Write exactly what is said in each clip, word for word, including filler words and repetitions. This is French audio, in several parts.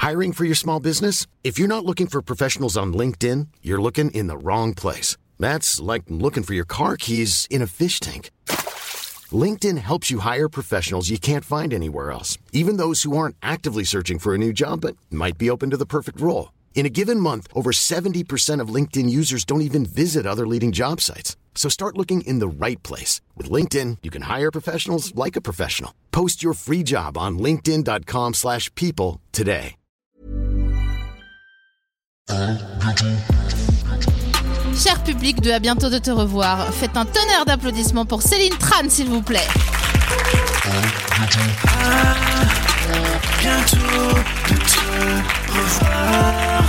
Hiring for your small business? If you're not looking for professionals on LinkedIn, you're looking in the wrong place. That's like looking for your car keys in a fish tank. LinkedIn helps you hire professionals you can't find anywhere else, even those who aren't actively searching for a new job but might be open to the perfect role. In a given month, over seventy percent of LinkedIn users don't even visit other leading job sites. So start looking in the right place. With LinkedIn, you can hire professionals like a professional. Post your free job on linkedin.com slash people today. Cher public de À bientôt de te revoir, faites un tonnerre d'applaudissements pour Céline Tran, s'il vous plaît. À bientôt de te revoir.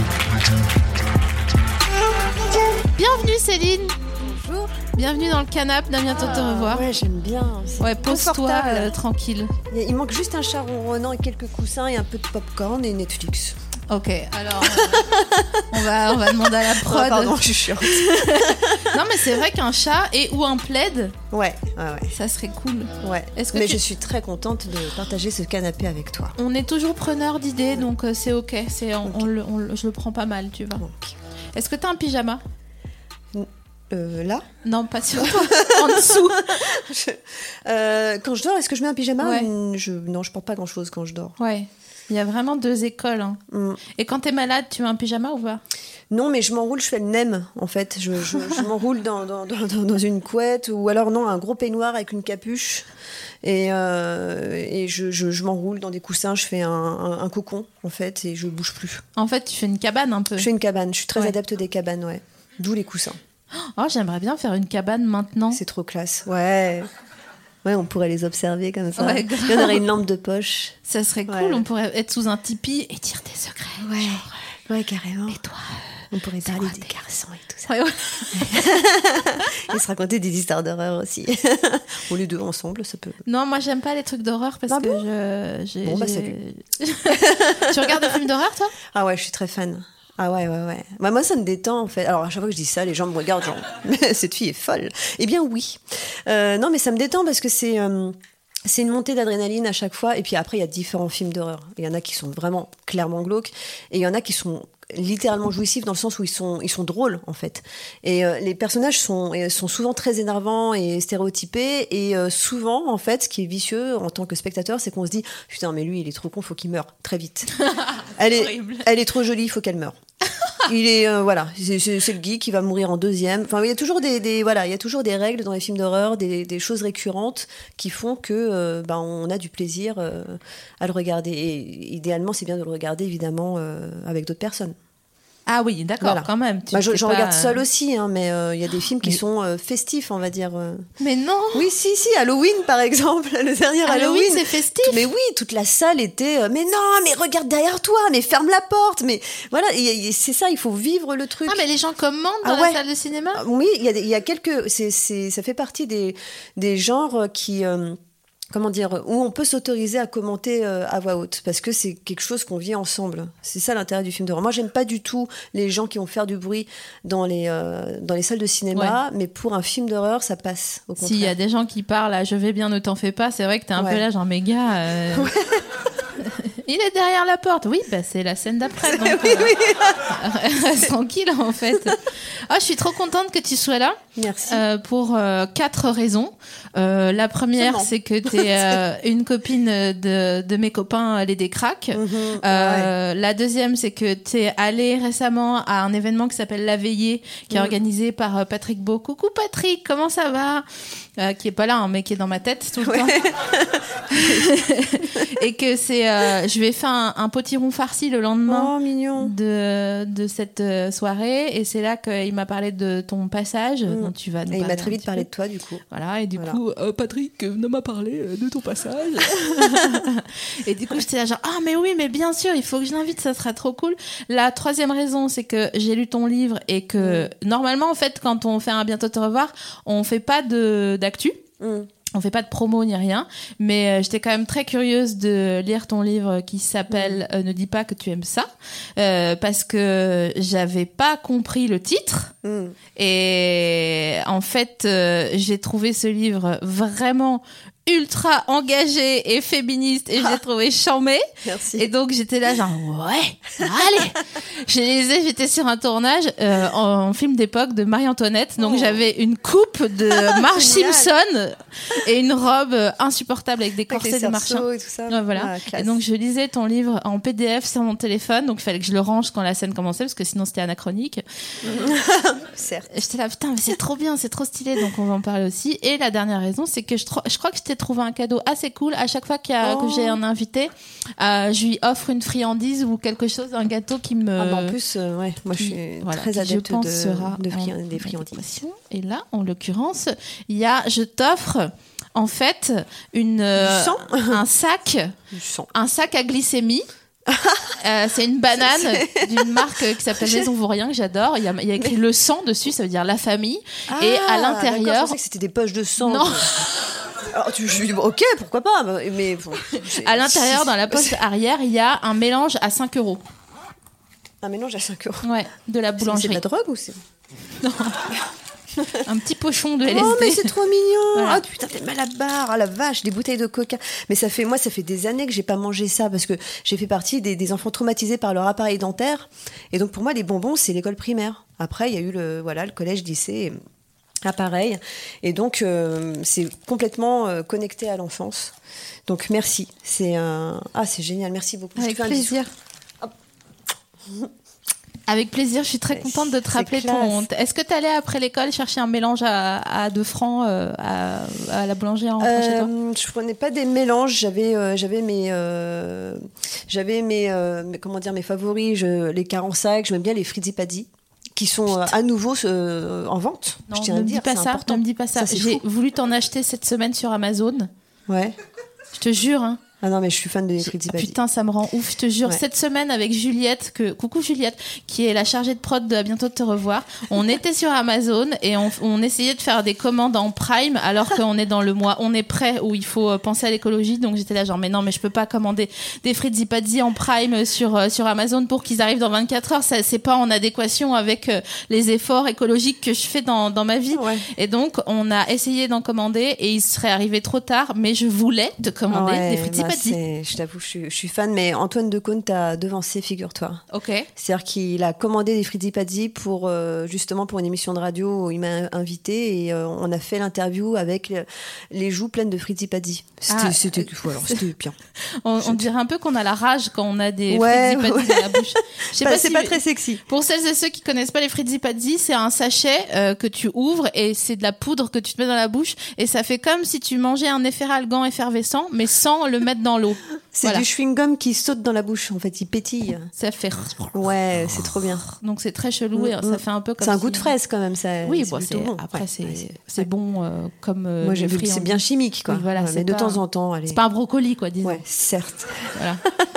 Bienvenue Céline. Bonjour. Bienvenue dans le canapé d'À bientôt de te revoir. Ouais, j'aime bien. C'est Ouais, pose-toi confortable. euh, tranquille. Il, il manque juste un chat ronronnant et quelques coussins et un peu de popcorn et Netflix. Ok, alors euh, on va on va demander à la prod. Oh, pardon, je suis chiante. Non mais c'est vrai qu'un chat et ou un plaid, Ouais, ouais, ouais. ça serait cool. ouais. Est-ce que Mais tu- je suis très contente de partager ce canapé avec toi. On est toujours preneur d'idées, donc euh, c'est ok. C'est on, Ok. on le- on le- je le prends pas mal, tu vois. Donc, Est-ce que t'as un pyjama? euh, là, Non, pas sur toi. En dessous. je- euh, quand je dors, est-ce que je mets un pyjama? Ouais. Hum, je... Non, je porte pas grand-chose quand je dors. Ouais. Il y a vraiment deux écoles. Hein. Hum. Et quand t'es malade, tu mets un pyjama ou pas? Non, mais je m'enroule, je fais le nem, en fait. Je, je, je m'enroule dans, dans, dans, dans- dans une couette ou alors non, un gros peignoir avec une capuche. Et, euh, et je, je, je m'enroule dans des coussins, je fais un, un, un cocon, en fait, et je bouge plus. En fait, tu fais une cabane un peu. Je fais une cabane, je suis très Ouais. adepte des cabanes, ouais. D'où les coussins. Oh, j'aimerais bien faire une cabane maintenant. C'est trop classe. Ouais. Ouais, on pourrait les observer comme ça. Ouais, grave. Il y en aurait une lampe de poche. Ça serait cool. Ouais. On pourrait être sous un tipi et dire des secrets. Ouais. Genre, Ouais, carrément. et toi On pourrait parler quoi des tes- garçons et tout ça. Ouais, ouais. Et se raconter des histoires d'horreur aussi. Ou les deux ensemble, ça peut. Non, moi j'aime pas les trucs d'horreur parce Ah que bon je. j'ai- Bon, bah, j'ai- Tu regardes des films d'horreur, toi? Ah ouais, je suis très fan. Ah ouais, ouais, ouais. Bah, moi, ça me détend, en fait. Alors, à chaque fois que je dis ça, les gens me regardent, genre, mais cette fille est folle. Eh bien, oui. Euh, non, mais ça me détend parce que c'est, euh, c'est une montée d'adrénaline à chaque fois. Et puis après, il y a différents films d'horreur. Il y en a qui sont vraiment clairement glauques. Et il y en a qui sont littéralement jouissifs dans le sens où ils sont, ils sont drôles, en fait. Et euh, les personnages sont, euh, sont souvent très énervants et stéréotypés. Et euh, souvent, en fait, ce qui est vicieux en tant que spectateur, c'est qu'on se dit « Putain, mais lui, il est trop con, faut qu'il meure très vite. elle, est, Horrible. elle est trop jolie, il faut qu'elle meure. » Il est euh, voilà, c'est, c'est, c'est le geek qui va mourir en deuxième. Enfin, il y a toujours des, des voilà, il y a toujours des règles dans les films d'horreur, des, des choses récurrentes qui font que euh, ben on a du plaisir euh, à le regarder. Et idéalement, c'est bien de le regarder évidemment euh, avec d'autres personnes. Ah oui, d'accord, Voilà. quand même. Tu Bah, je, fais j'en pas, regarde euh, seule aussi, hein, mais euh, il y a des films qui Mais- sont euh, festifs, on va dire. euh. Mais non. Oui, si, si, Halloween par exemple, le dernier Halloween, Halloween. c'est festif. Mais oui, toute la salle était. euh, mais non, mais regarde derrière toi, mais ferme la porte. Mais voilà, y- y- c'est ça, il faut vivre le truc. Ah, mais les gens commandent dans Ah la ouais. salle de cinéma? Ah, oui, il y a, des- il y a quelques. C'est, c'est, ça fait partie des, des genres qui. euh, comment dire, où on peut s'autoriser à commenter euh, à voix haute, parce que c'est quelque chose qu'on vit ensemble. C'est ça l'intérêt du film d'horreur. Moi, j'aime pas du tout les gens qui vont faire du bruit dans les, euh, dans les salles de cinéma, mais pour un film d'horreur, ça passe, au contraire. S'il y a des gens qui parlent à je vais bien, ne t'en fais pas, c'est vrai que t'es un Ouais. peu là, genre, mais gars. euh, Il est derrière la porte. Oui, bah, c'est la scène d'après. Donc, Oui, oui. euh, reste tranquille, en fait. Ah, je suis trop contente que tu sois là. Merci. euh, pour euh, quatre raisons. Euh, la première, Seulement. c'est que t'es euh, une copine de, de mes copains, les Décraques. Mhm, Euh, La deuxième, c'est que t'es allée récemment à un événement qui s'appelle La Veillée, qui est Mhm. organisé par euh, Patrick Beau. Coucou Patrick, comment ça va? Euh, qui est pas là, hein, mais qui est dans ma tête tout le Ouais. temps. Et que c'est, euh, je vais faire un, un potiron farci le lendemain Oh, mignon. de, de cette euh, soirée, et c'est là qu'il m'a parlé de ton passage, Mm. dont tu vas nous Et il parler m'a très un vite petit parlé peu. de toi, du coup. Voilà, et du Voilà. coup, euh, Patrick euh, ne m'a parlé euh, de ton passage. Et du coup, j'étais là genre, ah mais oui, mais bien sûr, il faut que je l'invite, ça sera trop cool. La troisième raison, c'est que j'ai lu ton livre et que Mm. normalement, en fait, quand on fait un bientôt te revoir, on fait pas de d'actu. Mm. On fait pas de promo ni rien, mais euh, j'étais quand même très curieuse de lire ton livre qui s'appelle euh, Ne dis pas que tu aimes ça, euh, parce que j'avais pas compris le titre. Mm. Et en fait, euh, j'ai trouvé ce livre vraiment ultra engagée et féministe et je l'ai trouvé charmée. Merci. Et donc j'étais là genre ouais, allez. Je lisais, j'étais sur un tournage euh, en, en film d'époque de Marie-Antoinette, donc oh. j'avais une coupe de Marge Simpson et une robe insupportable avec des corsets de marchands. Et tout ça. Ouais, voilà. Ah, et donc je lisais ton livre en P D F sur mon téléphone, donc il fallait que je le range quand la scène commençait parce que sinon c'était anachronique. Certes. Et j'étais là putain mais c'est trop bien, c'est trop stylé, donc on va en parler aussi. Et la dernière raison, c'est que je, tro- je crois que je t'ai trouvé un cadeau assez cool. À chaque fois qu'il y a, oh. que j'ai un invité, euh, je lui offre une friandise ou quelque chose, un gâteau qui me. Ah bah en plus, euh, ouais, moi je suis voilà, très adepte je pense de, sera de fri- des friandises. Et là, en l'occurrence, il y a, je t'offre en fait une euh, un sac, un sac à glycémie. euh, c'est une banane c'est... d'une marque qui s'appelle Maison Vaurien que j'adore. Il y a, il y a écrit le sang dessus, ça veut dire la famille. Ah, et à l'intérieur, je pensais que c'était des poches de sang. Non. Alors tu, je dis bon, ok, pourquoi pas, mais bon, à l'intérieur, dans la poche arrière, il y a un mélange à cinq euros. Un mélange à cinq euros. Ouais, de la boulangerie. C'est, c'est de la drogue ou c'est non. Un petit pochon de L S D. Oh mais c'est trop mignon. Voilà. Ah putain, t'es mal à barre. Ah la vache, des bouteilles de coca. Mais ça fait, moi, ça fait des années que j'ai pas mangé ça parce que j'ai fait partie des, des enfants traumatisés par leur appareil dentaire. Et donc pour moi, les bonbons, c'est l'école primaire. Après, il y a eu le, voilà, le collège, lycée, ah pareil. Et donc euh, c'est complètement euh, connecté à l'enfance. Donc merci. C'est un, euh... ah c'est génial. Merci beaucoup. Avec plaisir. Avec plaisir, je suis très contente de te rappeler ton... Est-ce que tu allais après l'école chercher un mélange à, à deux francs euh, à, à la boulangerie en rentrant euh, chez toi ? Je prenais pas des mélanges, j'avais, euh, j'avais mes, euh, j'avais mes, euh, mes, comment dire, mes favoris, je, les carensacs, j'aime bien les frizzi-paddy qui sont euh, à nouveau euh, en vente. Non, je tiens ne à me dire, dis pas c'est ça, important. ne me dis pas ça. ça J'ai fou. voulu t'en acheter cette semaine sur Amazon. Ouais. Je te jure, hein. Ah non, mais je suis fan de frizzi-paddy. Putain, ça me rend ouf, je te jure. Ouais. Cette semaine avec Juliette, que coucou Juliette, qui est la chargée de prod de À bientôt de te revoir, on était sur Amazon et on, on essayait de faire des commandes en Prime alors qu'on est dans le mois, on est prêt où il faut penser à l'écologie. Donc j'étais là genre mais non, mais je peux pas commander des frizzi-paddy en Prime sur sur Amazon pour qu'ils arrivent dans vingt-quatre heures. Ça c'est pas en adéquation avec les efforts écologiques que je fais dans dans ma vie. Ouais. Et donc on a essayé d'en commander et il serait arrivé trop tard. Mais je voulais te commander ouais, des frizzi-paddy. Bah je t'avoue, je suis, je suis fan, mais Antoine Decaune t'a devancé, figure-toi. Ok. C'est-à-dire qu'il a commandé des frizzi-paddy pour euh, justement pour une émission de radio où il m'a invité et euh, on a fait l'interview avec les, les joues pleines de frizzi-paddy. C'était, Ah, c'était, voilà, c'était bien. On, on dirait un peu qu'on a la rage quand on a des Ouais, frizzi-paddy ouais. dans la bouche. Je sais Bah, pas c'est si- pas très sexy. Pour celles et ceux qui connaissent pas les frizzi-paddy, c'est un sachet euh, que tu ouvres et c'est de la poudre que tu te mets dans la bouche et ça fait comme si tu mangeais un efferalgan effervescent mais sans le mettre dans l'eau. C'est Voilà. du chewing-gum qui saute dans la bouche, en fait, il pétille. Ça fait Ouais, c'est trop bien. donc c'est très chelou et ça fait un peu comme C'est un si- goût de fraise quand même, ça. Oui, c'est bon, plutôt c'est bon. après Ouais, c'est ouais, c'est- c'est ouais. bon euh, comme euh, Moi, j'ai les vu que c'est friandises. bien chimique, quoi. Oui, voilà, Ouais, c'est mais de pas- temps en temps, allez. C'est pas un brocoli quoi, disons. Ouais, certes. Voilà.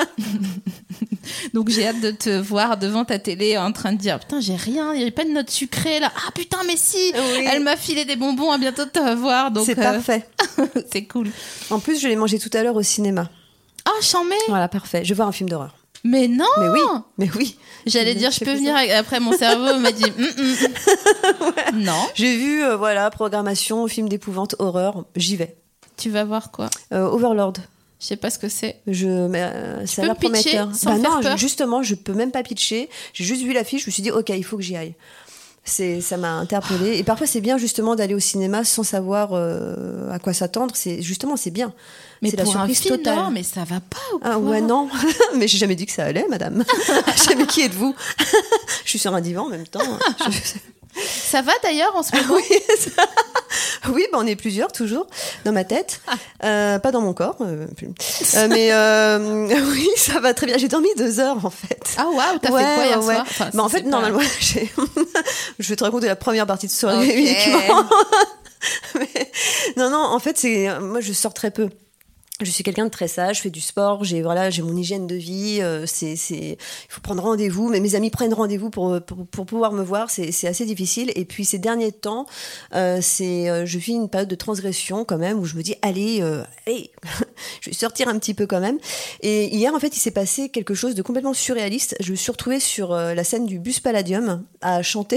Donc j'ai hâte de te voir devant ta télé en train de dire putain j'ai rien, il n'y a pas de note sucrée là. Ah putain mais si, Oui. elle m'a filé des bonbons, à bientôt de te revoir. Donc C'est euh, parfait. c'est cool. En plus, je l'ai mangé tout à l'heure au cinéma. Ah j'en mets. Voilà, parfait. Je vais voir un film d'horreur. Mais non. Mais oui, mais oui. J'allais J'ai dire je fait peux ça. venir après mon cerveau m'a dit hum, hum. Non. J'ai vu, euh, voilà, programmation, film d'épouvante, horreur. J'y vais. Tu vas voir quoi? Euh, Overlord. Je sais pas ce que c'est. Je, mais, euh, ça a peux l'air me pitcher prometteur. sans Bah me faire non, peur je- justement, je peux même pas pitcher. J'ai juste vu l'affiche, je me suis dit, ok, il faut que j'y aille. C'est, ça m'a interpellée. Et parfois, c'est bien justement d'aller au cinéma sans savoir euh, à quoi s'attendre. C'est justement, c'est bien. Mais c'est la pour un surprise film totale. d'horreur, mais ça va pas ou quoi? Ah ouais, non. Mais j'ai jamais dit que ça allait, madame. Jamais qui êtes-vous? Je suis sur un divan en même temps. Je- Ça va d'ailleurs en ce moment? Oui, ça- oui bah on est plusieurs toujours dans ma tête, euh, pas dans mon corps, euh, plus. Euh, mais euh, oui, ça va très bien. J'ai dormi deux heures en fait. Ah waouh, t'as Ouais, fait quoi hier ouais, soir? ouais. Enfin, Bah, en c'est fait, pas- normalement, j'ai... je vais te raconter la première partie de soirée Ok. uniquement. Mais, non, non, en fait, c'est moi, je sors très peu. Je suis quelqu'un de très sage, je fais du sport, j'ai voilà, j'ai mon hygiène de vie. Euh, c'est, c'est, il faut prendre rendez-vous. Mais mes amis prennent rendez-vous pour pour, pour pouvoir me voir. C'est, c'est assez difficile. Et puis ces derniers temps, euh, c'est, euh, je vis une période de transgression quand même où je me dis allez, euh, allez, je vais sortir un petit peu quand même. Et hier, en fait, il s'est passé quelque chose de complètement surréaliste. Je me suis retrouvée sur euh, la scène du Bus Palladium à chanter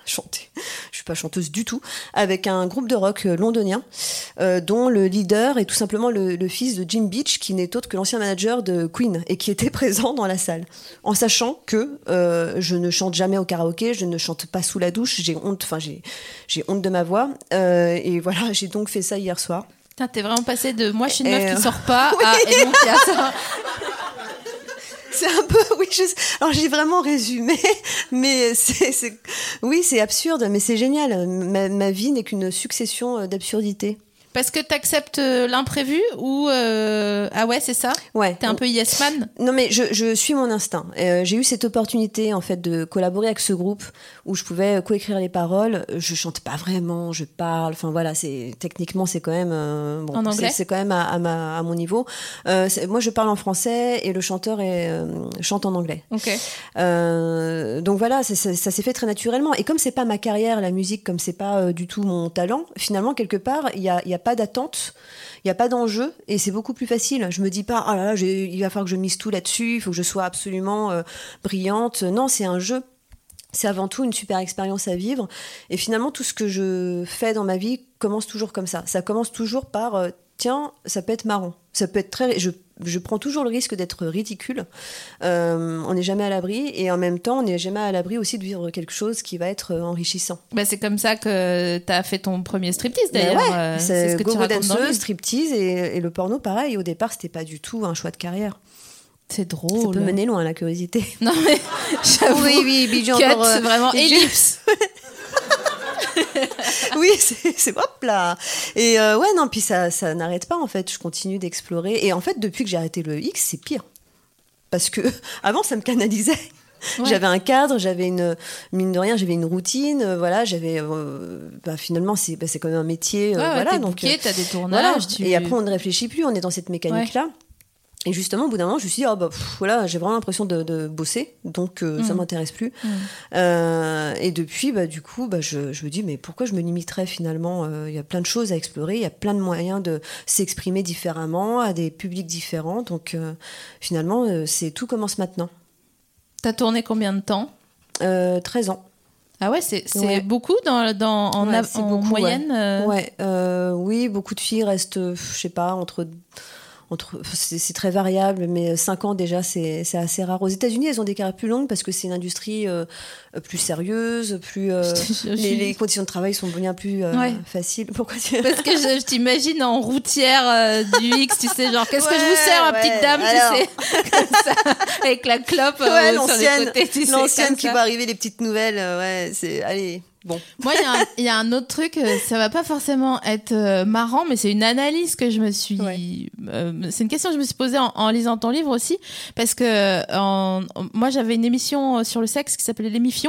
chanter, je suis pas chanteuse du tout, avec un groupe de rock londonien, euh, dont le leader est tout simplement le, le fils de Jim Beach, qui n'est autre que l'ancien manager de Queen, et qui était présent dans la salle. En sachant que euh, je ne chante jamais au karaoké, je ne chante pas sous la douche, j'ai honte, enfin j'ai, j'ai honte de ma voix, euh, et voilà, j'ai donc fait ça hier soir. Putain, t'es vraiment passé de moi je suis une Et meuf euh... qui sort pas oui. à et donc il y a ça. C'est un peu, oui, je, alors j'ai vraiment résumé, mais c'est, c'est, oui, c'est absurde, mais c'est génial. Ma, ma vie n'est qu'une succession d'absurdités. Parce que t'acceptes l'imprévu ou euh... ah ouais c'est ça. Ouais. T'es un peu yes man. Non mais je, je suis mon instinct. Euh, j'ai eu cette opportunité en fait de collaborer avec ce groupe où je pouvais coécrire les paroles. Je chante pas vraiment, je parle. Enfin voilà, c'est techniquement c'est quand même euh, bon, en anglais. C'est, c'est quand même à, à ma à mon niveau. Euh, moi je parle en français et le chanteur est, euh, chante en anglais. Ok. Euh, donc voilà, ça, ça, ça s'est fait très naturellement. Et comme c'est pas ma carrière la musique, comme c'est pas euh, du tout mon talent, finalement quelque part il y a il y a pas d'attente, il n'y a pas d'enjeu et c'est beaucoup plus facile. Je me dis pas, ah là là, j'ai, il va falloir que je mise tout là-dessus, il faut que je sois absolument euh, brillante. Non, c'est un jeu. C'est avant tout une super expérience à vivre. Et finalement, tout ce que je fais dans ma vie commence toujours comme ça. Ça commence toujours par, euh, tiens, ça peut être marrant. Ça peut être très... Je, je prends toujours le risque d'être ridicule. Euh, on n'est jamais à l'abri. Et en même temps, on n'est jamais à l'abri aussi de vivre quelque chose qui va être enrichissant. Bah, c'est comme ça que t'as fait ton premier striptease, d'ailleurs. Ouais, euh, c'est, c'est ce que go-go tu racontes dans le danseuse, livre. striptease et, et le porno, pareil. Au départ, c'était pas du tout un choix de carrière. C'est drôle. Ça peut mener loin, la curiosité. Non mais j'avoue. Oui, oui, Bidji Cut, encore... Euh, vraiment Bidji- ellipse. Oui, c'est, c'est hop là. Et euh, ouais, non, puis ça, ça n'arrête pas en fait. Je continue d'explorer. Et en fait, depuis que j'ai arrêté le X, c'est pire. Parce que avant, ça me canalisait. Ouais. J'avais un cadre, j'avais une mine de rien, j'avais une routine. Euh, voilà, j'avais. Euh, bah, finalement, c'est, bah, c'est quand même un métier. Euh, ouais, voilà, t'es donc. Booké, t'as des tournages. Voilà. Tu... Et après, on ne réfléchit plus. On est dans cette mécanique-là. Ouais. Et justement, au bout d'un moment, je me suis dit, oh, bah, pff, voilà, j'ai vraiment l'impression de, de bosser, donc euh, mmh. ça m'intéresse plus. Mmh. Euh, et depuis, bah, du coup, bah, je, je me dis, mais pourquoi je me limiterais finalement ? Il euh, y a plein de choses à explorer, il y a plein de moyens de s'exprimer différemment, à des publics différents. Donc euh, finalement, euh, c'est, tout commence maintenant. T'as tourné combien de temps ? euh, treize ans. Ah ouais, c'est, c'est ouais. beaucoup dans, dans, en, ouais, a, c'est en beaucoup, moyenne ouais. euh... Ouais, euh, oui, beaucoup de filles restent, je sais pas, entre... Entre, c'est, c'est très variable, mais cinq ans déjà, c'est, c'est assez rare. Aux États-Unis, elles ont des carrières plus longues parce que c'est une industrie euh, plus sérieuse, plus euh, je, je, les, les conditions de travail sont bien plus euh, ouais. faciles. Pourquoi tu... Parce que je, je t'imagine en routière euh, du X, tu sais, genre qu'est-ce ouais, que je vous sers, ma ouais. petite dame, alors... tu sais, comme ça, avec la clope ouais, euh, l'ancienne, sur les côtés, tu sais, l'ancienne qui va arriver, les petites nouvelles, euh, ouais, c'est allez. Bon. Moi, il y, y a un autre truc, ça va pas forcément être euh, marrant, mais c'est une analyse que je me suis... Ouais. Euh, c'est une question que je me suis posée en, en lisant ton livre aussi, parce que en, en, moi, j'avais une émission sur le sexe qui s'appelait L'Émifion,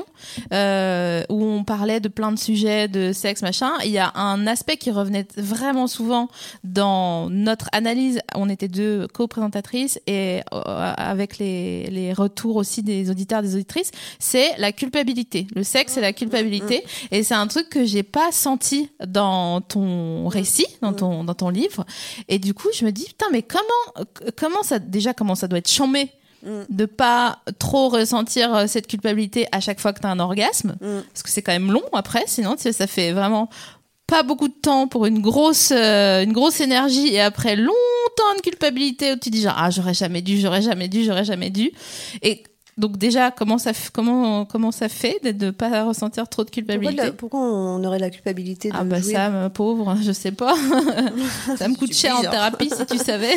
euh, où on parlait de plein de sujets de sexe, machin. Il y a un aspect qui revenait vraiment souvent dans notre analyse. On était deux co-présentatrices, et euh, avec les, les retours aussi des auditeurs, des auditrices, c'est la culpabilité. Le sexe, c'est la culpabilité. Et c'est un truc que j'ai pas senti dans ton récit, dans ton, dans ton livre. Et du coup, je me dis, putain, mais comment, comment ça, déjà, comment ça doit être chambé de pas trop ressentir cette culpabilité à chaque fois que t'as un orgasme. Mm. Parce que c'est quand même long après, sinon, tu sais, ça fait vraiment pas beaucoup de temps pour une grosse, euh, une grosse énergie et après longtemps de culpabilité où tu dis genre, ah, j'aurais jamais dû, j'aurais jamais dû, j'aurais jamais dû. Et donc déjà, comment ça, comment, comment ça fait de ne pas ressentir trop de culpabilité ? Pourquoi, la, pourquoi on aurait la culpabilité de Ah bah jouir ? Ça, ma pauvre, je sais pas. Ça me coûte cher bizarre. En thérapie, si tu savais.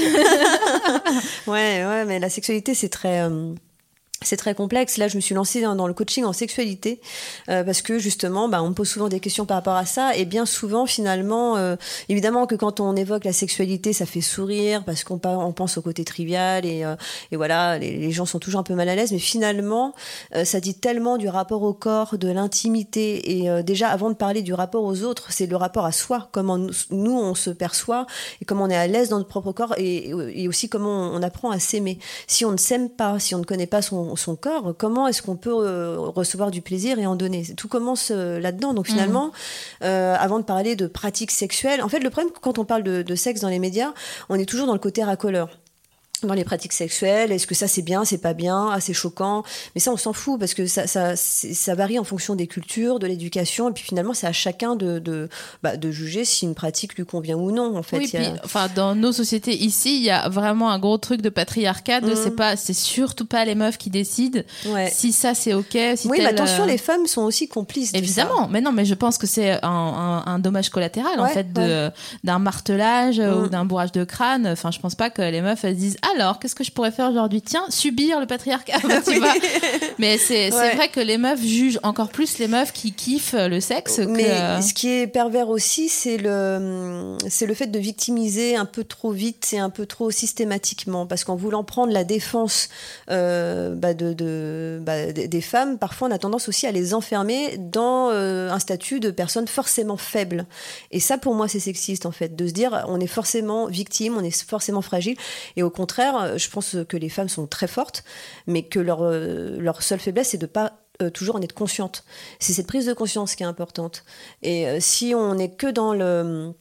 Ouais, ouais, mais la sexualité, c'est très... Euh... C'est très complexe. Là, je me suis lancée dans le coaching en sexualité euh, parce que justement, bah, on me pose souvent des questions par rapport à ça. Et bien souvent, finalement, euh, évidemment que quand on évoque la sexualité, ça fait sourire parce qu'on on pense au côté trivial et, euh, et voilà, les, les gens sont toujours un peu mal à l'aise. Mais finalement, euh, ça dit tellement du rapport au corps, de l'intimité. Et euh, déjà, avant de parler du rapport aux autres, c'est le rapport à soi, comment nous, nous on se perçoit et comment on est à l'aise dans notre propre corps et, et aussi comment on, on apprend à s'aimer. Si on ne s'aime pas, si on ne connaît pas son son corps, comment est-ce qu'on peut euh, recevoir du plaisir et en donner ? Tout commence euh, là-dedans. Donc finalement, mmh. euh, avant de parler de pratiques sexuelles, en fait, le problème, quand on parle de, de sexe dans les médias, on est toujours dans le côté racoleur. dans les pratiques sexuelles. Est-ce que ça c'est bien, c'est pas bien, ah, c'est choquant, mais ça on s'en fout parce que ça, ça, ça varie en fonction des cultures, de l'éducation, et puis finalement c'est à chacun de, de, bah, de juger si une pratique lui convient ou non en fait. Oui, il y a... puis, enfin, dans nos sociétés ici, il y a vraiment un gros truc de patriarcat, de Mmh. c'est pas, c'est surtout pas les meufs qui décident Ouais. si ça c'est ok, si Oui, tel, mais attention, euh, les femmes sont aussi complices de évidemment, ça. mais non, mais je pense que c'est un, un, un dommage collatéral en Ouais, fait de ouais. d'un martelage euh, Mm. ou d'un bourrage de crâne. Enfin, je pense pas que les meufs elles se disent alors qu'est-ce que je pourrais faire aujourd'hui ? Tiens, subir le patriarcat, tu Oui. vois. Mais c'est c'est Ouais. vrai que les meufs jugent encore plus les meufs qui kiffent le sexe. Que... Mais ce qui est pervers aussi, c'est le, c'est le fait de victimiser un peu trop vite et un peu trop systématiquement. Parce qu'en voulant prendre la défense euh, bah de, de, bah des des femmes, parfois on a tendance aussi à les enfermer dans euh, un statut de personne forcément faible. Et ça, pour moi, c'est sexiste en fait, de se dire on est forcément victime, on est forcément fragile. Et au contraire, je pense que les femmes sont très fortes, mais que leur, euh, leur seule faiblesse, c'est de pas euh, toujours en être consciente. C'est cette prise de conscience qui est importante. Et euh, si on n'est que dans le...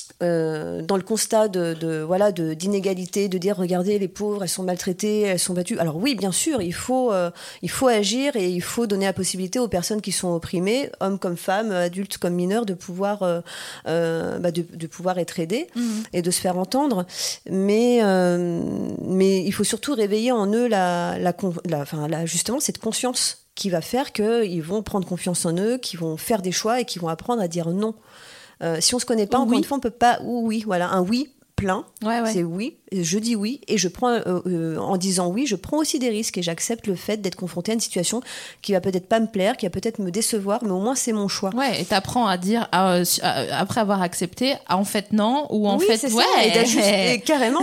Euh, dans le constat de, de voilà de d'inégalité, de dire regardez les pauvres, elles sont maltraitées, elles sont battues. Alors oui, bien sûr, il faut euh, il faut agir et il faut donner la possibilité aux personnes qui sont opprimées, hommes comme femmes, adultes comme mineurs, de pouvoir euh, euh, bah de, de pouvoir être aidés mmh. et de se faire entendre. Mais euh, mais il faut surtout réveiller en eux la la, la enfin la, justement cette conscience qui va faire qu'ils vont prendre confiance en eux, qu'ils vont faire des choix et qu'ils vont apprendre à dire non. Euh, si on se connaît pas, Ou encore oui. une fois, on peut pas. Ou oui, voilà, un oui plein. Ouais, ouais. C'est oui. Je dis oui et je prends euh, euh, en disant oui, je prends aussi des risques et j'accepte le fait d'être confrontée à une situation qui va peut-être pas me plaire, qui va peut-être me décevoir, mais au moins c'est mon choix. Ouais, et t'apprends à dire euh, après avoir accepté, en fait non, ou en oui, fait c'est ouais, ça, et d'ajuster carrément,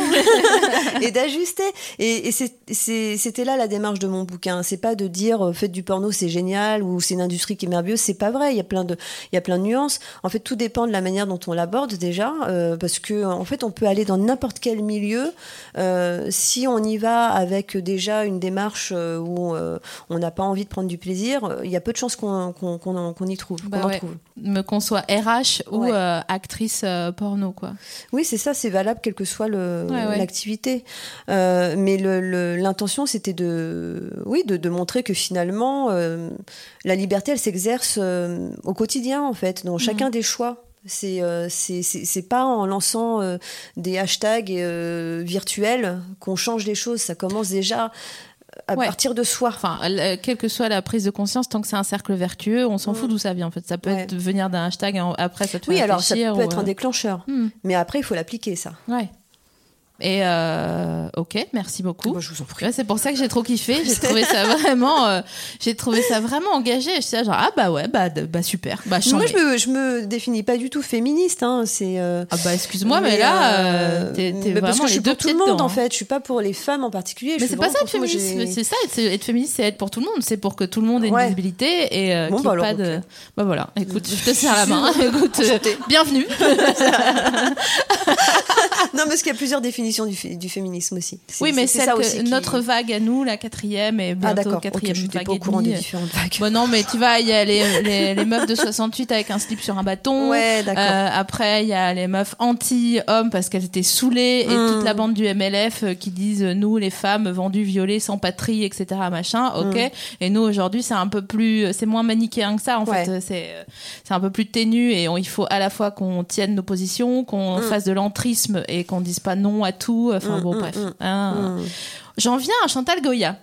et d'ajuster. Et, et c'est, c'est, c'était là la démarche de mon bouquin. C'est pas de dire euh, faites du porno, c'est génial, ou c'est une industrie qui est merveilleuse. C'est pas vrai. Il y a plein de, il y a plein de nuances. En fait, tout dépend de la manière dont on l'aborde déjà, euh, parce que en fait, on peut aller dans n'importe quel milieu. Euh, si on y va avec déjà une démarche où euh, on n'a pas envie de prendre du plaisir, il y a peu de chances qu'on, qu'on, qu'on, qu'on y trouve. Bah qu'on ouais. en trouve. Me qu'on soit R H ou ouais. euh, actrice euh, porno, quoi. Oui, c'est ça, c'est valable quelle que soit le, ouais, ouais. l'activité. Euh, mais le, le, l'intention, c'était de, oui, de, de montrer que finalement, euh, la liberté, elle s'exerce euh, au quotidien, en fait, dans mmh. chacun des choix. C'est, euh, c'est, c'est, c'est pas en lançant euh, des hashtags euh, virtuels qu'on change les choses. Ça commence déjà à ouais. partir de soi. Enfin, euh, quelle que soit la prise de conscience, tant que c'est un cercle vertueux, on s'en mmh. fout d'où ça vient. En fait, ça peut ouais. être venir d'un hashtag. Après, ça te fait oui, réfléchir. Alors ça peut ou, être un déclencheur. Mmh. Mais après, il faut l'appliquer, ça. Ouais. Et euh, ok, merci beaucoup. Moi, je vous en prie. Ouais, c'est pour ça que j'ai trop kiffé. J'ai trouvé ça vraiment, euh, j'ai trouvé ça vraiment engagé. Je suis là, genre ah bah ouais, bah bah super, bah changez. Moi, je me, je me définis pas du tout féministe. Hein. C'est. Euh, ah bah excuse-moi, mais, mais là, euh, t'es, t'es mais vraiment parce que je suis les deux pour tout le monde dedans, en fait. Je suis pas pour les femmes en particulier. Mais je c'est pas ça être féministe. J'ai... C'est ça, être, être féministe, c'est être pour tout le monde. C'est pour que tout le monde ait une ouais. visibilité et euh, bon, qu'il n'y bah, ait pas alors, de. Bah voilà. Écoute, je te serre la main. Écoute, euh, bienvenue. Non, parce qu'il y a plusieurs définitions du, f- du féminisme aussi. C'est, oui, mais c'est celle ça que aussi qui... notre vague à nous, la quatrième, et bientôt ah, d'accord. quatrième okay, vague pas au et courant demie. des différentes vagues. Bon, non, mais tu vois, il y a les, les, les meufs de soixante-huit avec un slip sur un bâton. Ouais, d'accord. Euh, après, il y a les meufs anti-hommes parce qu'elles étaient saoulées, et mmh. toute la bande du M L F qui disent nous, les femmes vendues, violées, sans patrie, et cetera. Machin. Ok. Mmh. Et nous, aujourd'hui, c'est un peu plus, c'est moins manichéen que ça. En ouais. fait, c'est, c'est un peu plus ténu et on, il faut à la fois qu'on tienne nos positions, qu'on mmh. fasse de l'entrisme et qu'on dise pas non à tout. Enfin, mmh, bon, mmh, bref. Mmh. Hein. Mmh. J'en viens à Chantal Goya.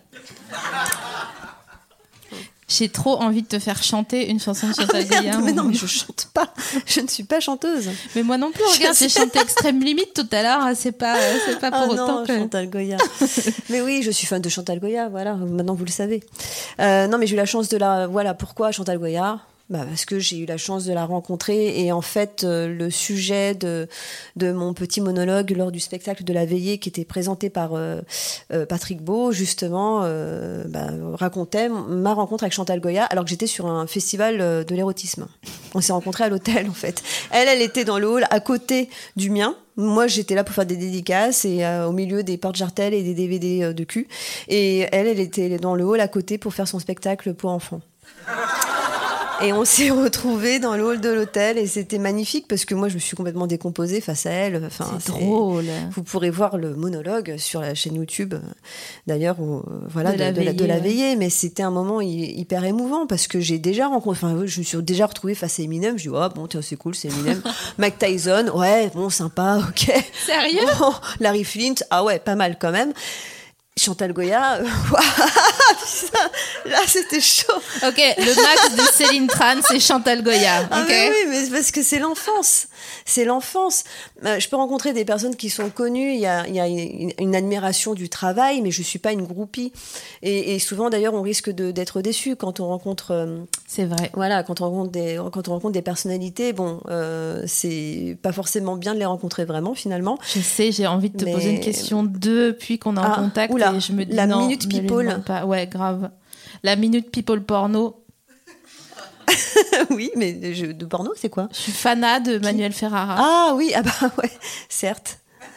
J'ai trop envie de te faire chanter une chanson de Chantal ah, Goya. Mais non, mais je chante pas. Je ne suis pas chanteuse. Mais moi non plus. Regarde, j'ai chanté Extrême Limite tout à l'heure. C'est pas, c'est pas pour oh autant non, que... Chantal Goya. Mais oui, je suis fan de Chantal Goya. Voilà, maintenant vous le savez. Euh, non, mais j'ai eu la chance de la. Voilà, pourquoi Chantal Goya ? Bah parce que j'ai eu la chance de la rencontrer et en fait euh, le sujet de de mon petit monologue lors du spectacle de la veillée qui était présenté par euh, euh, Patrick Beau justement euh, bah, racontait ma rencontre avec Chantal Goya alors que j'étais sur un festival de l'érotisme. On s'est rencontrés à l'hôtel en fait. Elle elle était dans le hall à côté du mien. Moi, j'étais là pour faire des dédicaces et euh, au milieu des porte-jartelles et des D V D de cul. Et elle, elle était dans le hall à côté pour faire son spectacle pour enfants. Et on s'est retrouvés dans le hall de l'hôtel et c'était magnifique parce que moi je me suis complètement décomposée face à elle. Enfin, c'est, c'est drôle. Vous pourrez voir le monologue sur la chaîne YouTube, d'ailleurs, où, voilà, de, de, la de, veillée, la, de la ouais. veillée. Mais c'était un moment hyper émouvant parce que j'ai déjà rencontré, enfin, je me suis déjà retrouvée face à Eminem. Je dis, oh bon, tiens, c'est cool, c'est Eminem. Mike Tyson, ouais, bon, sympa, ok. Sérieux? Bon, Larry Flint, ah ouais, pas mal quand même. Chantal Goya, euh, putain, là c'était chaud. Ok, le max de Céline Tran, c'est Chantal Goya. Ah ok mais oui, mais parce que c'est l'enfance, c'est l'enfance. Euh, je peux rencontrer des personnes qui sont connues, il y a, il y a une, une admiration du travail, mais je suis pas une groupie. Et, et souvent d'ailleurs, on risque de, d'être déçu quand on rencontre. Euh, c'est vrai. Voilà, quand on rencontre des, quand on rencontre des personnalités, bon, euh, c'est pas forcément bien de les rencontrer vraiment finalement. Je sais, j'ai envie de te mais... poser une question depuis qu'on est en ah, contact. Oula, et je me dis la non, minute ne lui people. demande pas. Ouais, grave. La minute people porno. Oui, mais je, de porno, c'est quoi? Je suis fanat de Manuel Ferrara. Ah oui, ah bah ouais, certes.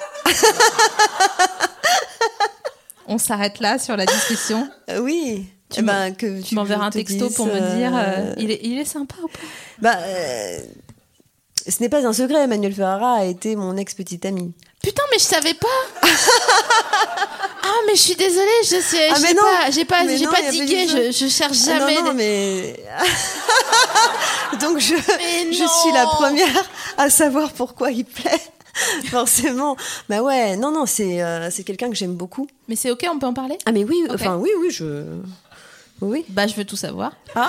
On s'arrête là sur la discussion. Euh, oui. Tu, eh ben, me, que tu tu m'enverras un texto dises, pour me dire euh, euh... il, est, il est sympa ou pas? Bah, euh, ce n'est pas un secret, Manuel Ferrara a été mon ex-petite amie. Putain, mais je savais pas. Ah, mais je suis désolée, je sais, ah, j'ai, mais non, pas, j'ai pas, mais j'ai non, pas y a digué, pas je, je cherche jamais. Ah, non, non, des... mais... Donc, je, mais je non. suis la première à savoir pourquoi il plaît. Forcément. Bah ouais, non, non, c'est, euh, c'est quelqu'un que j'aime beaucoup. Mais c'est ok, on peut en parler? Ah, mais oui, okay. enfin, oui, oui, je... Oui. Bah, je veux tout savoir. Ah.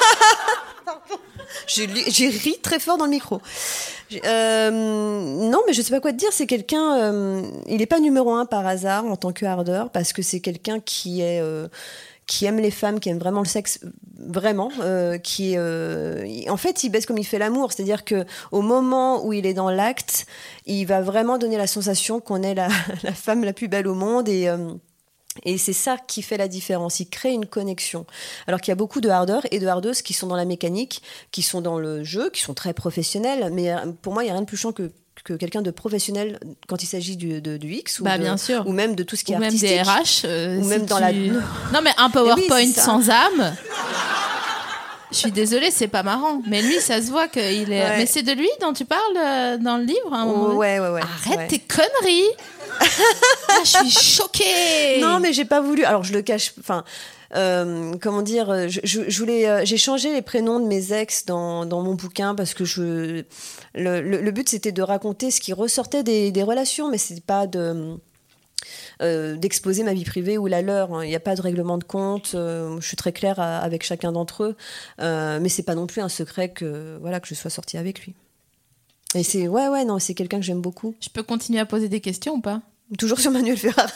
j'ai, j'ai ri très fort dans le micro. Euh, non, mais je sais pas quoi te dire. C'est quelqu'un. Euh, il est pas numéro un par hasard en tant que hardeur, parce que c'est quelqu'un qui est euh, qui aime les femmes, qui aime vraiment le sexe, vraiment. Euh, qui est, euh, en fait, il baisse comme il fait l'amour. C'est-à-dire que au moment où il est dans l'acte, il va vraiment donner la sensation qu'on est la, la femme la plus belle au monde et euh, Et c'est ça qui fait la différence. Il crée une connexion. Alors qu'il y a beaucoup de hardeurs et de hardeuses qui sont dans la mécanique, qui sont dans le jeu, qui sont très professionnels. Mais pour moi, il n'y a rien de plus chiant que, que quelqu'un de professionnel quand il s'agit du, de, du X ou, bah, de, bien sûr. ou même de tout ce qui ou est même artistique. Des R H. Euh, ou si même dans tu... la... Non, mais un PowerPoint oui, sans âme... Je suis désolée, c'est pas marrant. Mais lui, ça se voit qu'il est... Ouais. Mais c'est de lui dont tu parles euh, dans le livre à un moment oh, ouais, ouais, ouais. Arrête ouais. tes conneries. Ah, je suis choquée. Non, mais j'ai pas voulu... Alors, je le cache... Enfin... Euh, comment dire, je, je, je voulais, euh, j'ai changé les prénoms de mes ex dans, dans mon bouquin parce que je, le, le, le but c'était de raconter ce qui ressortait des, des relations, mais c'est pas de, euh, d'exposer ma vie privée ou la leur. Il n'y a pas de règlement de compte. Euh, je suis très claire à, avec chacun d'entre eux, euh, mais c'est pas non plus un secret que voilà que je sois sortie avec lui. Et c'est ouais ouais non, c'est quelqu'un que j'aime beaucoup. Je peux continuer à poser des questions ou pas? Toujours sur Manuel Ferrara.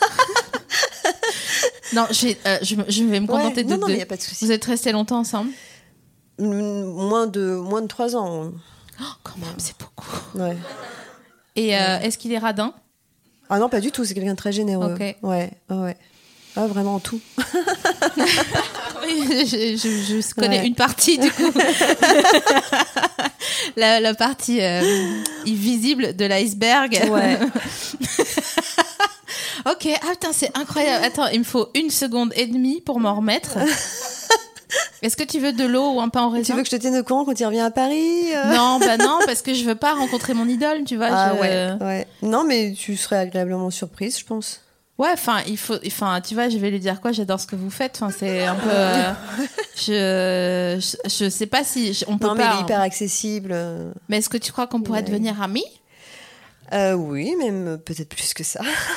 Non, j'ai, euh, je, je vais me contenter ouais, de non, non, deux. Mais y a pas de souci. Vous êtes restés longtemps ensemble? Moins de moins de trois ans. Oh, quand même, c'est beaucoup. Ouais. Et euh, est-ce qu'il est radin? Ah non, pas du tout. C'est quelqu'un de très généreux. Okay. Ouais, ouais. Ah, vraiment tout. Oui, je, je, je connais ouais. une partie du coup. la, la partie euh, visible de l'iceberg. Ouais. Ok, ah putain, c'est incroyable. Attends, il me faut une seconde et demie pour m'en remettre. Est-ce que tu veux de l'eau ou un pain au raisin? Tu veux que je te tienne au courant quand il revient à Paris? euh... Non, bah non, parce que je veux pas rencontrer mon idole, tu vois. Ah je... ouais, ouais. Non, mais tu serais agréablement surprise, je pense. Ouais, enfin, il faut, enfin, tu vois, je vais lui dire quoi? J'adore ce que vous faites. Enfin, c'est un peu, euh, je, je, je sais pas si je, on peut non, pas. Non, mais il est hyper accessible. Mais est-ce que tu crois qu'on pourrait ouais. devenir amis? Euh, oui, même peut-être plus que ça.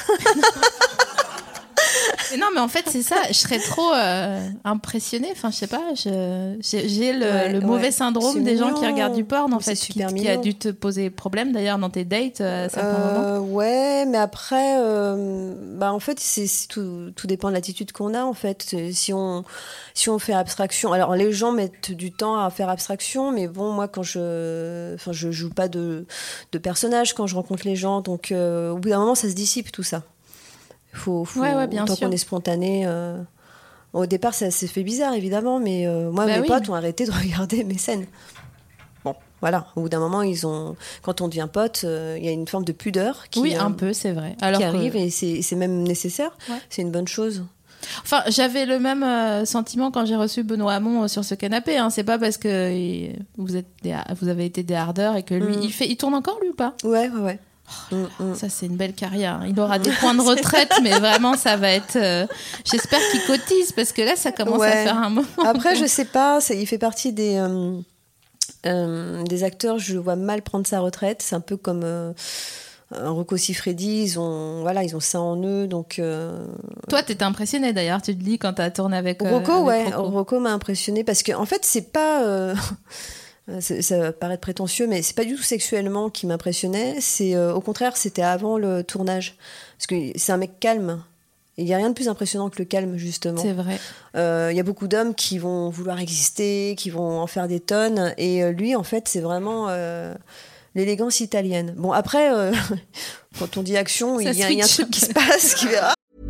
Mais non, mais en fait, c'est ça. Je serais trop euh, impressionnée. Enfin, je sais pas. Je, j'ai, j'ai le, ouais, le mauvais ouais. syndrome c'est des mignon. gens qui regardent du porn, en fait, qui, qui a dû te poser problème d'ailleurs dans tes dates euh, à certains euh, moments. Ouais, mais après, euh, bah en fait, c'est, c'est tout, tout dépend de l'attitude qu'on a, en fait. Si on, si on fait abstraction, alors les gens mettent du temps à faire abstraction, mais bon, moi, quand je, enfin, je joue pas de, de personnage quand je rencontre les gens, donc euh, au bout d'un moment, ça se dissipe tout ça. Faut, faut, ouais, ouais, bien tant sûr. qu'on est spontané. Euh... Au départ, ça s'est fait bizarre, évidemment, mais euh, moi, bah mes oui. potes ont arrêté de regarder mes scènes. Bon, voilà. Au bout d'un moment, ils ont, quand on devient pote, il euh, y a une forme de pudeur qui, oui, euh, un peu, c'est vrai. Alors qui que... arrive et c'est, c'est même nécessaire. Ouais. C'est une bonne chose. Enfin, j'avais le même euh, sentiment quand j'ai reçu Benoît Hamon euh, sur ce canapé. Hein. C'est pas parce que il, vous, êtes des, vous avez été des hardeurs et que lui, mm. il, fait, il tourne encore, lui, ou pas ? Ouais, ouais, ouais. Oh, là, mm, ça, c'est une belle carrière. Il aura des points de retraite, mais vraiment, ça va être... Euh, j'espère qu'il cotise, parce que là, ça commence ouais. à faire un moment. Après, je sais pas, c'est, il fait partie des... Euh, euh, des acteurs, je le vois mal prendre sa retraite. C'est un peu comme... Euh, Un Rocco Siffredi, ils ont, voilà, ils ont ça en eux, donc... Euh... Toi, t'étais impressionnée d'ailleurs, tu te dis, quand t'as tourné avec euh, Rocco, avec ouais, Rocco. Rocco m'a impressionnée, parce qu'en en fait, c'est pas... Euh... c'est, ça va paraître prétentieux, mais c'est pas du tout sexuellement qui m'impressionnait, c'est, euh, au contraire, c'était avant le tournage. Parce que c'est un mec calme. Il n'y a rien de plus impressionnant que le calme, justement. C'est vrai. Il euh, y a beaucoup d'hommes qui vont vouloir exister, qui vont en faire des tonnes, et euh, lui, en fait, c'est vraiment... Euh... l'élégance italienne. Bon, après, euh, quand on dit action, il y, y a un truc qui se passe. Qui... Ah.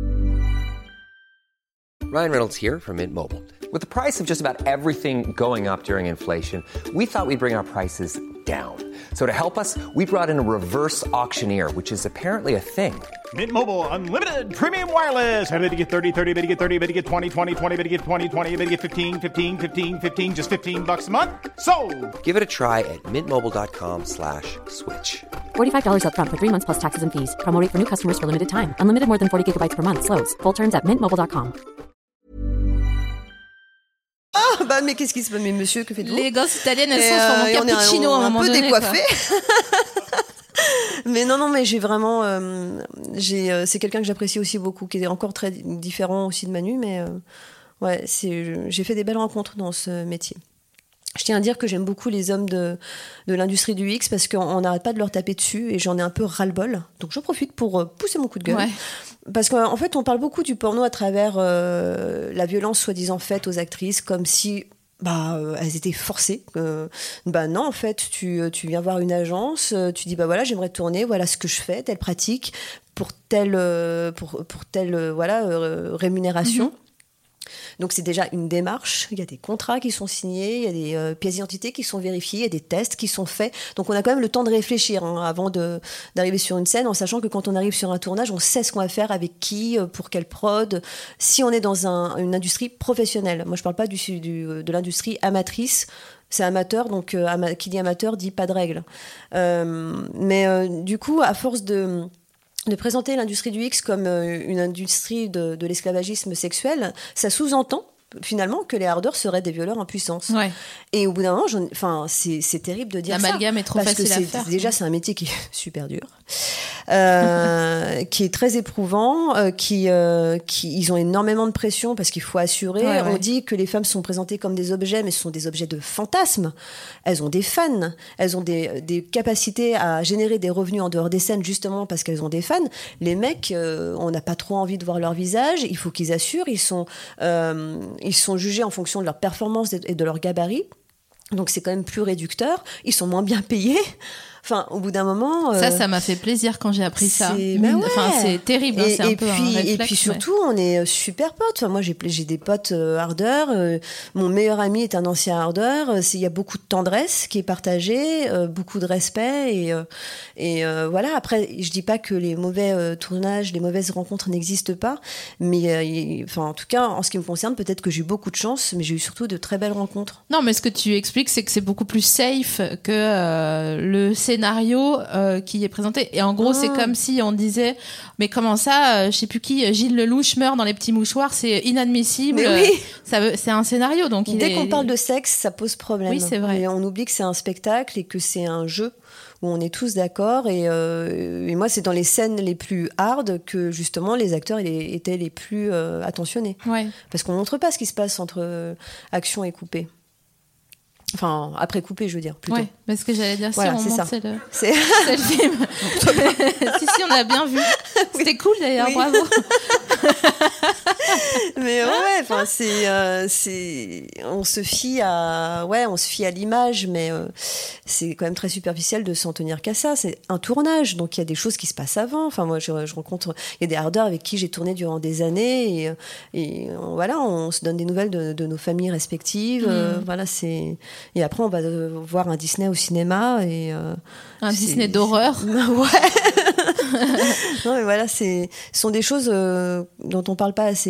Ryan Reynolds here from Mint Mobile. With the price of just about everything going up during inflation, we thought we'd bring our prices down. So to help us, we brought in a reverse auctioneer, which is apparently a thing. Mint Mobile Unlimited Premium Wireless. How to get thirty, thirty, how to get thirty, how to get twenty, twenty, twenty, how to get twenty, twenty, how to get fifteen, fifteen, fifteen, fifteen, just fifteen bucks a month? Sold! Give it a try at mintmobile.com slash switch. forty-five dollars up front for three months plus taxes and fees. Promo rate for new customers for limited time. Unlimited more than forty gigabytes per month. Slows full terms at mint mobile dot com. Ah, bah, mais qu'est-ce qui se passe? Mais monsieur, que faites-vous? Les gosses italiennes, elles sont sur mon cappuccino à un moment donné. Un peu décoiffées. Mais non, non, mais j'ai vraiment... Euh, j'ai, euh, c'est quelqu'un que j'apprécie aussi beaucoup, qui est encore très différent aussi de Manu, mais euh, ouais, c'est, j'ai fait des belles rencontres dans ce métier. Je tiens à dire que j'aime beaucoup les hommes de, de l'industrie du X parce qu'on n'arrête pas de leur taper dessus et j'en ai un peu ras-le-bol. Donc j'en profite pour euh, pousser mon coup de gueule. Ouais. Parce qu'en fait, on parle beaucoup du porno à travers euh, la violence soi-disant faite aux actrices, comme si... bah euh, elles étaient forcées euh, bah non en fait tu tu viens voir une agence, tu dis bah voilà j'aimerais tourner, voilà ce que je fais, telle pratique pour telle euh, pour pour telle euh, voilà euh, rémunération. Mm-hmm. Donc c'est déjà une démarche, il y a des contrats qui sont signés, il y a des euh, pièces d'identité qui sont vérifiées, il y a des tests qui sont faits. Donc on a quand même le temps de réfléchir hein, avant de, d'arriver sur une scène, en sachant que quand on arrive sur un tournage, on sait ce qu'on va faire, avec qui, pour quelle prod, si on est dans un, une industrie professionnelle. Moi je parle pas du, du, de l'industrie amatrice, c'est amateur, donc euh, ama- qui dit amateur dit pas de règles. Euh, mais euh, du coup, à force de... de présenter l'industrie du X comme euh, une industrie de, de l'esclavagisme sexuel, ça sous-entend finalement que les hardeurs seraient des violeurs en puissance. Ouais. Et au bout d'un moment, enfin, c'est, c'est terrible de dire L'amalgame ça. L'amalgame est trop parce facile que à c'est, faire. Déjà, c'est un métier qui est super dur, euh, qui est très éprouvant, euh, qui, euh, qui, ils ont énormément de pression parce qu'il faut assurer. Ouais, ouais. On dit que les femmes sont présentées comme des objets, mais ce sont des objets de fantasme. Elles ont des fans, elles ont des, des capacités à générer des revenus en dehors des scènes, justement parce qu'elles ont des fans. Les mecs, euh, on n'a pas trop envie de voir leur visage, il faut qu'ils assurent, ils sont... Euh, ils sont jugés en fonction de leur performance et de leur gabarit. Donc c'est quand même plus réducteur. Ils sont moins bien payés. Enfin, au bout d'un moment... Ça, euh, ça m'a fait plaisir quand j'ai appris c'est... ça. Ben ouais. Enfin, c'est terrible, hein, et, c'est un et peu puis, un réflexe. Et puis surtout, mais... on est super potes. Enfin, moi, j'ai, j'ai des potes euh, hardeurs. Euh, mon meilleur ami est un ancien hardeur. Euh, il y a beaucoup de tendresse qui est partagée, euh, beaucoup de respect. Et, euh, et euh, voilà, après, je dis pas que les mauvais euh, tournages, les mauvaises rencontres n'existent pas. Mais euh, enfin, en tout cas, en ce qui me concerne, peut-être que j'ai eu beaucoup de chance, mais j'ai eu surtout de très belles rencontres. Non, mais ce que tu expliques, c'est que c'est beaucoup plus safe que euh, le scénario... Euh, qui est présenté. Et en gros, oh. c'est comme si on disait mais comment ça, euh, je sais plus qui, Gilles Lelouch meurt dans Les Petits Mouchoirs, c'est inadmissible. Mais oui. Ça veut, c'est un scénario. Donc il Dès est... qu'on parle de sexe, ça pose problème. Oui, c'est vrai. Et on oublie que c'est un spectacle et que c'est un jeu où on est tous d'accord. Et, euh, et moi, c'est dans les scènes les plus hard que justement les acteurs les, étaient les plus euh, attentionnés. Ouais. Parce qu'on montre pas ce qui se passe entre euh, action et coupé. Enfin, après coupé, je veux dire, plutôt. Oui, parce que j'allais dire, voilà, si on c'est monte, ça. c'est le, c'est... c'est le film. si, si, on a bien vu. C'était oui. cool, d'ailleurs, oui. bravo. Mais ouais, enfin, c'est, euh, c'est... On se fie à... Ouais, on se fie à l'image, mais euh, c'est quand même très superficiel de s'en tenir qu'à ça. C'est un tournage, donc il y a des choses qui se passent avant. Enfin, moi, je, je rencontre... Il y a des hardeurs avec qui j'ai tourné durant des années, et, et on, voilà, on se donne des nouvelles de, de nos familles respectives. Mm. Euh, voilà, c'est... Et après, on va voir un Disney au cinéma. Et, euh, un Disney d'horreur. Ouais. Non, mais voilà, c'est, ce sont des choses euh, dont on ne parle pas assez.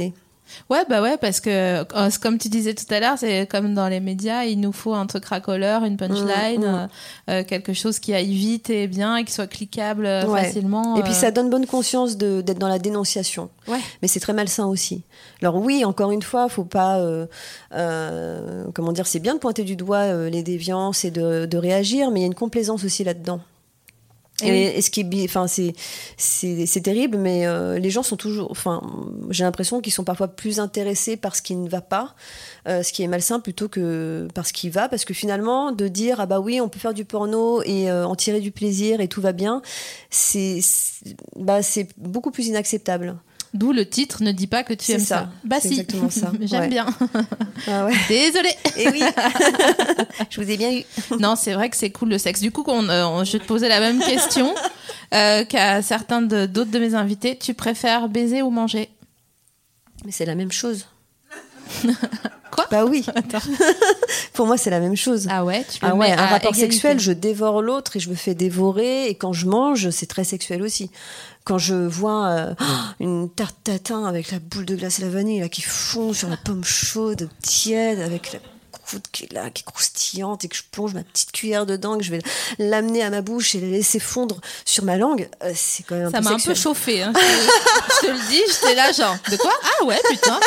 Ouais, bah ouais, parce que euh, c'est comme tu disais tout à l'heure, c'est comme dans les médias, il nous faut un truc racoleur, une punchline, Mmh, mmh. euh, euh, quelque chose qui aille vite et bien et qui soit cliquable euh, Ouais. facilement. Et puis euh. ça donne bonne conscience de, d'être dans la dénonciation. Ouais. Mais c'est très malsain aussi. Alors oui, encore une fois, faut pas, euh, euh, comment dire, c'est bien de pointer du doigt euh, les déviances et de, de réagir, mais il y a une complaisance aussi là-dedans. Et Et, oui. et ce qui est, bi- enfin, c'est, c'est, c'est terrible, mais euh, les gens sont toujours, enfin, j'ai l'impression qu'ils sont parfois plus intéressés par ce qui ne va pas, euh, ce qui est malsain, plutôt que par ce qui va, parce que finalement, de dire ah bah oui, on peut faire du porno et euh, en tirer du plaisir et tout va bien, c'est, c'est, bah, c'est beaucoup plus inacceptable. D'où le titre ne dit pas que tu C'est aimes ça. ça. Bah C'est si, exactement ça. j'aime Ouais. bien. Ah ouais. Désolée. Et oui, je vous ai bien eu. Non, c'est vrai que c'est cool le sexe. Du coup, qu'on, euh, on- je vais te poser la même question euh, qu'à certains de, d'autres de mes invités. Tu préfères baiser ou manger? Mais c'est la même chose. Quoi? Bah oui. Attends. Pour moi, c'est la même chose. Ah ouais, tu le Ah ouais, mets un à rapport égalité. sexuel, je dévore l'autre et je me fais dévorer. Et quand je mange, c'est très sexuel aussi. Quand je vois euh, une tarte tatin avec la boule de glace et la vanille là, qui fond sur la pomme chaude, tiède, avec la croûte qui est là, qui est croustillante, et que je plonge ma petite cuillère dedans, que je vais l'amener à ma bouche et la laisser fondre sur ma langue, euh, c'est quand même un Ça peu m'a un sexuel. peu chauffé. Hein. Je, te, je te le dis, j'étais là genre, de quoi? Ah ouais, putain.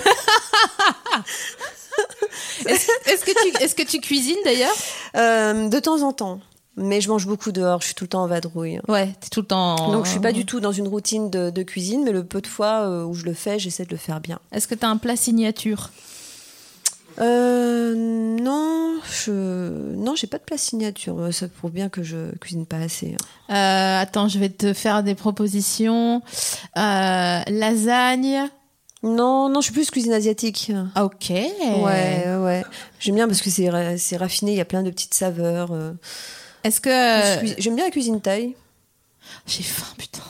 Est-ce, est-ce, que tu, est-ce que tu cuisines d'ailleurs? Euh, de temps en temps. Mais je mange beaucoup dehors, je suis tout le temps en vadrouille. Ouais, t'es tout le temps... en- Donc je suis pas du tout dans une routine de, de cuisine, mais le peu de fois euh, où je le fais, j'essaie de le faire bien. Est-ce que t'as un plat signature? Euh, non, je non, j'ai pas de plat signature. Ça prouve bien que je cuisine pas assez. Euh, attends, je vais te faire des propositions. Euh, lasagne. Non, non, je suis plus cuisine asiatique. Ok. Ouais, ouais. J'aime bien parce que c'est ra- c'est raffiné, il y a plein de petites saveurs. euh. Est-ce que... Je suis- J'aime bien la cuisine thaï. J'ai faim, putain.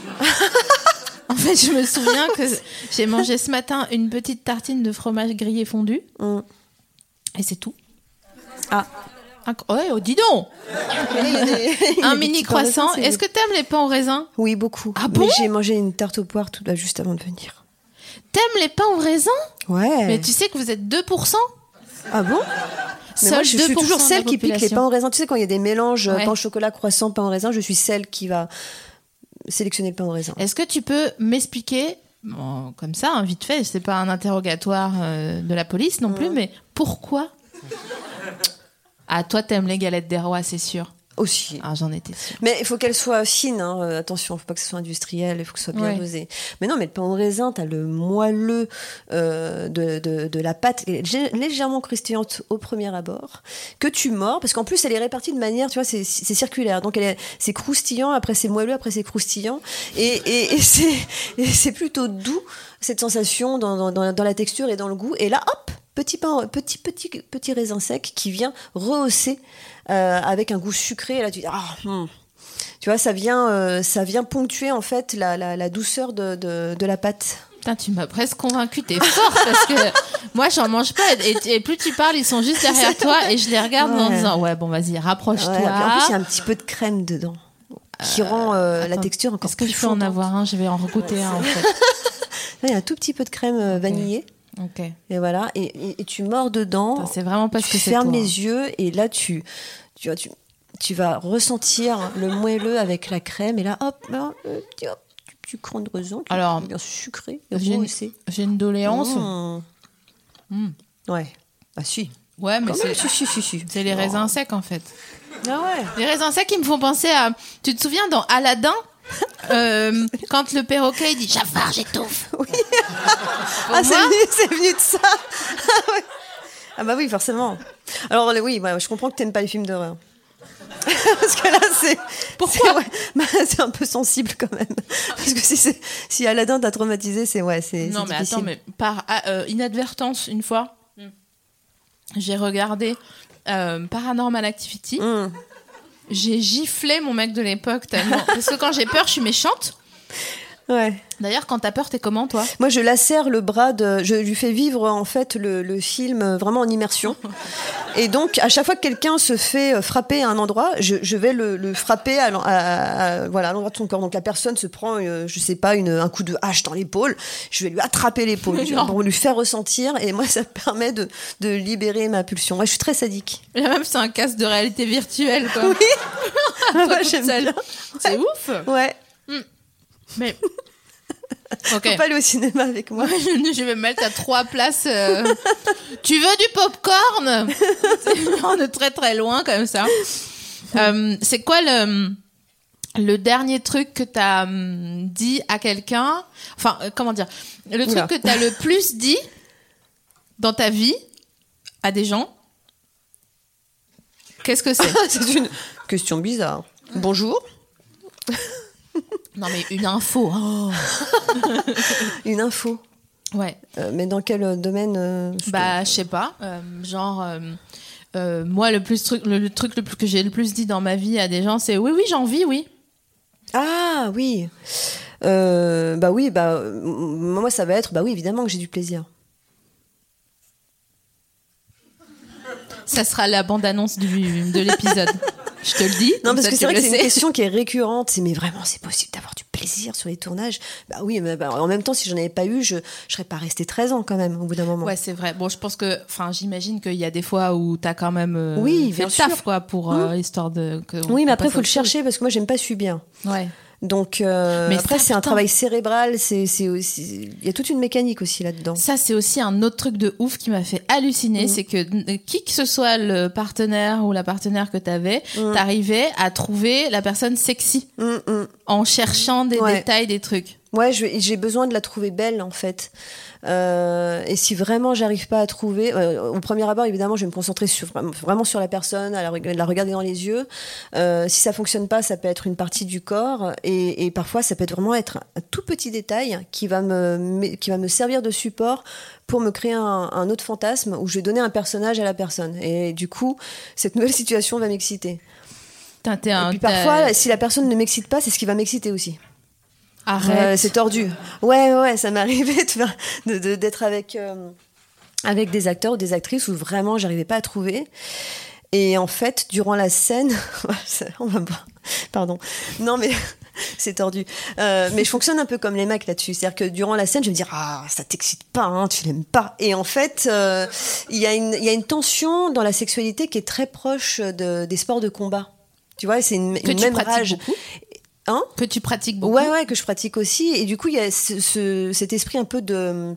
En fait, je me souviens que j'ai mangé ce matin une petite tartine de fromage grillé fondu. Mm. Et c'est tout. Ah. Un... Ouais, oh, dis donc. Un Des mini petits pains au raisin, croissant. c'est Est-ce que t'aimes les pains au raisin? Oui, beaucoup. Ah bon? Mais j'ai mangé une tarte aux poires tout, bah, juste avant de venir. T'aimes les pains au raisin? Ouais. Mais tu sais que vous êtes deux pour cent? Ah bon? Mais Seul moi, je suis deux pour cent toujours de la celle qui pique les population. pains au raisin. Tu sais, quand il y a des mélanges, Ouais. pain au chocolat, croissant, pain au raisin, je suis celle qui va sélectionner le pain au raisin. Est-ce que tu peux m'expliquer, bon, comme ça, hein, vite fait, c'est pas un interrogatoire euh, de la police non plus, mais pourquoi? Ah, toi, t'aimes les galettes des rois, c'est sûr. Aussi. Ah, j'en étais sûre. Mais il faut qu'elle soit fine, hein. euh, attention, il faut pas que ce soit industriel, il faut que ce soit bien Ouais. dosé. Mais non, mais le pain au raisin, t'as le moelleux euh, de, de, de la pâte, elle est lég- légèrement croustillante au premier abord, que tu mords, parce qu'en plus elle est répartie de manière, tu vois, c'est, c'est circulaire, donc elle est, c'est croustillant, après c'est moelleux, après c'est croustillant, et, et, et, c'est, et c'est plutôt doux, cette sensation dans, dans, dans, dans la texture et dans le goût, et là, hop, petit pain, petit, petit, petit raisin sec qui vient rehausser euh, avec un goût sucré, et là tu dis, ah, hum. Tu vois, ça vient, euh, ça vient ponctuer en fait la, la, la douceur de, de, de la pâte. Putain, tu m'as presque convaincue, t'es forte parce que moi j'en mange pas et, et plus tu parles, ils sont juste derrière toi et je les regarde en Ouais. disant ouais bon vas-y rapproche-toi. Ouais, puis en plus, il y a un petit peu de crème dedans qui rend euh, la Attends, texture encore Est-ce que plus je peux en fondante. avoir un? Je vais en regoûter un en fait. Là, il y a un tout petit peu de crème euh, vanillée. Ok. Et voilà, et, et, et tu mords dedans. Putain, c'est vraiment parce tu que c'est fermes toi. les yeux et là tu, tu, vois, tu, tu vas ressentir le moelleux avec la crème et là hop, là, euh, tu, hop, tu, tu crans de raisin, qui Alors, est bien sucré, J'ai une, rehaussé. j'ai une doléance. Mmh. Mmh. Ouais, bah si. Ouais, mais Quand c'est, même, si, si, si, si. c'est les Oh. raisins secs en fait. Ah ouais. Les raisins secs qui me font penser à. Tu te souviens dans Aladdin euh, quand le perroquet il dit Jafar, j'étouffe. Ah, c'est moi venu, c'est venu de ça. Ah, ouais. Ah bah oui, forcément. Alors les- oui, ouais, je comprends que t'aimes pas les films d'horreur. Parce que là, c'est... Pourquoi c'est, ouais, bah, c'est un peu sensible quand même. Parce que si, c'est, si Aladdin t'a traumatisé, c'est... Ouais, c'est Non, c'est mais difficile. attends, mais par ah, euh, inadvertance, une fois, j'ai regardé euh, Paranormal Activity. Mmh. J'ai giflé mon mec de l'époque tellement. Parce que quand j'ai peur, je suis méchante. Ouais. D'ailleurs, quand t'as peur, t'es comment, toi? Moi, je lacère le bras de. Je lui fais vivre en fait le, le film vraiment en immersion. Et donc, à chaque fois que quelqu'un se fait frapper à un endroit, je, je vais le, le frapper à, l'en- à, à- voilà, à l'endroit de son corps. Donc, la personne se prend, euh, je sais pas, une, un coup de hache dans l'épaule. Je vais lui attraper l'épaule tu vois, Non. pour lui faire ressentir. Et moi, ça me permet de, de libérer ma pulsion. Moi, je suis très sadique. Et là, même, c'est un casque de réalité virtuelle, quoi. Oui. Toi, Ouais, toute j'aime seule. bien. C'est ouf. Ouais. Mais. Ok. Faut pas aller au cinéma avec moi. Moi, je, je vais me mettre à trois places. euh, Tu veux du popcorn? On est très très loin comme ça. Euh, c'est quoi le, le dernier truc que t'as hum, dit à quelqu'un? Enfin, euh, comment dire? Le truc Oula. que t'as le plus dit dans ta vie à des gens? Qu'est-ce que c'est? C'est une question bizarre. Bonjour. Non mais une info. Oh. Une info. Ouais. Euh, mais dans quel domaine euh, je Bah, je sais pas. euh, genre, euh, euh, moi, le, plus truc, le, le truc le plus, que j'ai le plus dit dans ma vie à des gens, c'est oui, oui, j'en vis, oui. Ah oui. Euh, bah oui, bah euh, moi ça va être bah oui évidemment que j'ai du plaisir. Ça sera la bande-annonce du, de l'épisode. Je te le dis. Non comme parce ça, que tu c'est vrai le que c'est une sais. question qui est récurrente. C'est mais vraiment c'est possible d'avoir du plaisir sur les tournages? Bah oui, mais bah, en même temps si j'en avais pas eu, je je serais pas restée treize ans quand même au bout d'un moment. Ouais, c'est vrai. Bon, je pense que, enfin, j'imagine qu'il y a des fois où t'as quand même euh, Oui, fait bien le taf, sûr. quoi, pour euh, histoire de. Que Oui, mais on après passe faut à le autre chercher parce que moi j'aime pas subir. chose. Ouais. Donc euh, Mais après ça, c'est un putain. travail cérébral, c'est c'est aussi il y a toute une mécanique aussi là-dedans. Ça, c'est aussi un autre truc de ouf qui m'a fait halluciner, Mm. c'est que euh, qui que ce soit le partenaire ou la partenaire que t'avais, Mm. t'arrivais à trouver la personne sexy Hum, hum. en cherchant des Ouais. détails, des trucs. Ouais, je- j'ai besoin de la trouver belle en fait. Euh, et si vraiment j'arrive pas à trouver, euh, au premier abord évidemment, je vais me concentrer sur vraiment sur la personne, à la, reg- la regarder dans les yeux. Euh, si ça fonctionne pas, ça peut être une partie du corps et, et parfois ça peut être vraiment être un tout petit détail qui va me me- qui va me servir de support pour me créer un, un autre fantasme où je vais donner un personnage à la personne. Et du coup, cette nouvelle situation va m'exciter. Putain, t'es un- Et puis t'as- parfois, si la personne ne m'excite pas, c'est ce qui va m'exciter aussi. Arrête. Ouais, c'est tordu. Ouais, ouais, ça m'est arrivé de faire- de- de- d'être avec, euh, avec des acteurs ou des actrices où vraiment j'arrivais pas à trouver. Et en fait, durant la scène, ça- on va voir. Pardon. Non, mais c'est tordu. Euh, mais je fonctionne un peu comme les mecs là-dessus. C'est-à-dire que durant la scène, je vais me dire ah ça t'excite pas, hein, tu l'aimes pas. Et en fait, euh, il y a une il y a une tension dans la sexualité qui est très proche de, des sports de combat. Tu vois, c'est une, Que une tu même pratiques rage. beaucoup Hein? Que tu pratiques beaucoup. Ouais, ouais, que je pratique aussi. Et du coup, il y a ce, ce- cet esprit un peu de,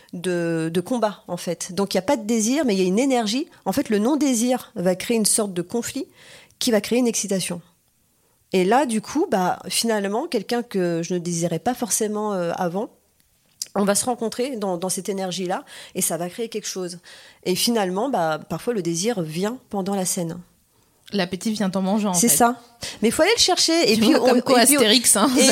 de, de combat, en fait. Donc, il n'y a pas de désir, mais il y a une énergie. En fait, le non-désir va créer une sorte de conflit qui va créer une excitation. Et là, du coup, bah, finalement, quelqu'un que je ne désirais pas forcément euh, avant, on va se rencontrer dans, dans cette énergie-là et ça va créer quelque chose. Et finalement, bah, parfois, le désir vient pendant la scène. L'appétit vient en mangeant. en C'est fait. ça. Mais il faut aller le chercher. Et Tu puis, vois, comme quoi, et puis- Astérix, hein, et, ça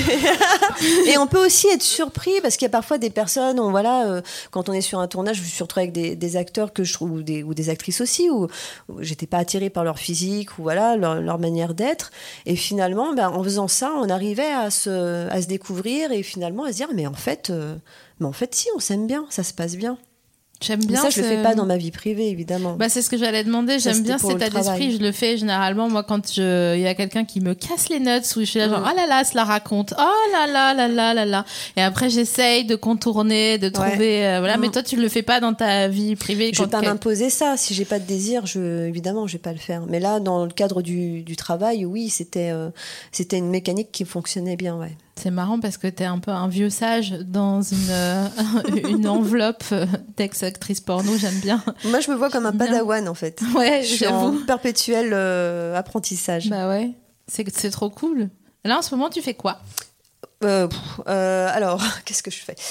nous- et on peut aussi être surpris parce qu'il y a parfois des personnes, on, voilà, euh, quand on est sur un tournage, je me suis retrouvée avec des, des acteurs que je trouve, ou des, ou des actrices aussi, où, où j'étais pas attirée par leur physique ou voilà, leur, leur manière d'être. Et finalement, ben, en faisant ça, on arrivait à se, à se découvrir et finalement à se dire, mais en fait, euh, mais en fait, si, on s'aime bien, ça se passe bien. J'aime Mais bien. ça, je le ce- fais pas dans ma vie privée, évidemment. Bah, c'est ce que j'allais demander. Ça, J'aime c'était bien pour cet le état d'esprit. travail. Je le fais généralement, moi, quand je... il y a quelqu'un qui me casse les nuts, où je suis là, genre, Mm. ah là là, se la raconte. Oh là là là là là là. Et après, j'essaye de contourner, de trouver, euh, voilà. Mm. Mais toi, tu le fais pas dans ta vie privée. Je vais quand pas quel- m'imposer ça. Si j'ai pas de désir, je, évidemment, je vais pas le faire. Mais là, dans le cadre du, du travail, oui, c'était, euh, c'était une mécanique qui fonctionnait bien, ouais. C'est marrant parce que t'es un peu un vieux sage dans une, euh, une enveloppe euh, d'ex-actrice porno. J'aime bien. Moi, je me vois comme un Bien. padawan, en fait. Ouais, Je suis en j'avoue. perpétuel euh, apprentissage. Bah ouais. C'est, c'est trop cool. Là, en ce moment, tu fais quoi? Euh, pff, euh, alors, qu'est-ce que je fais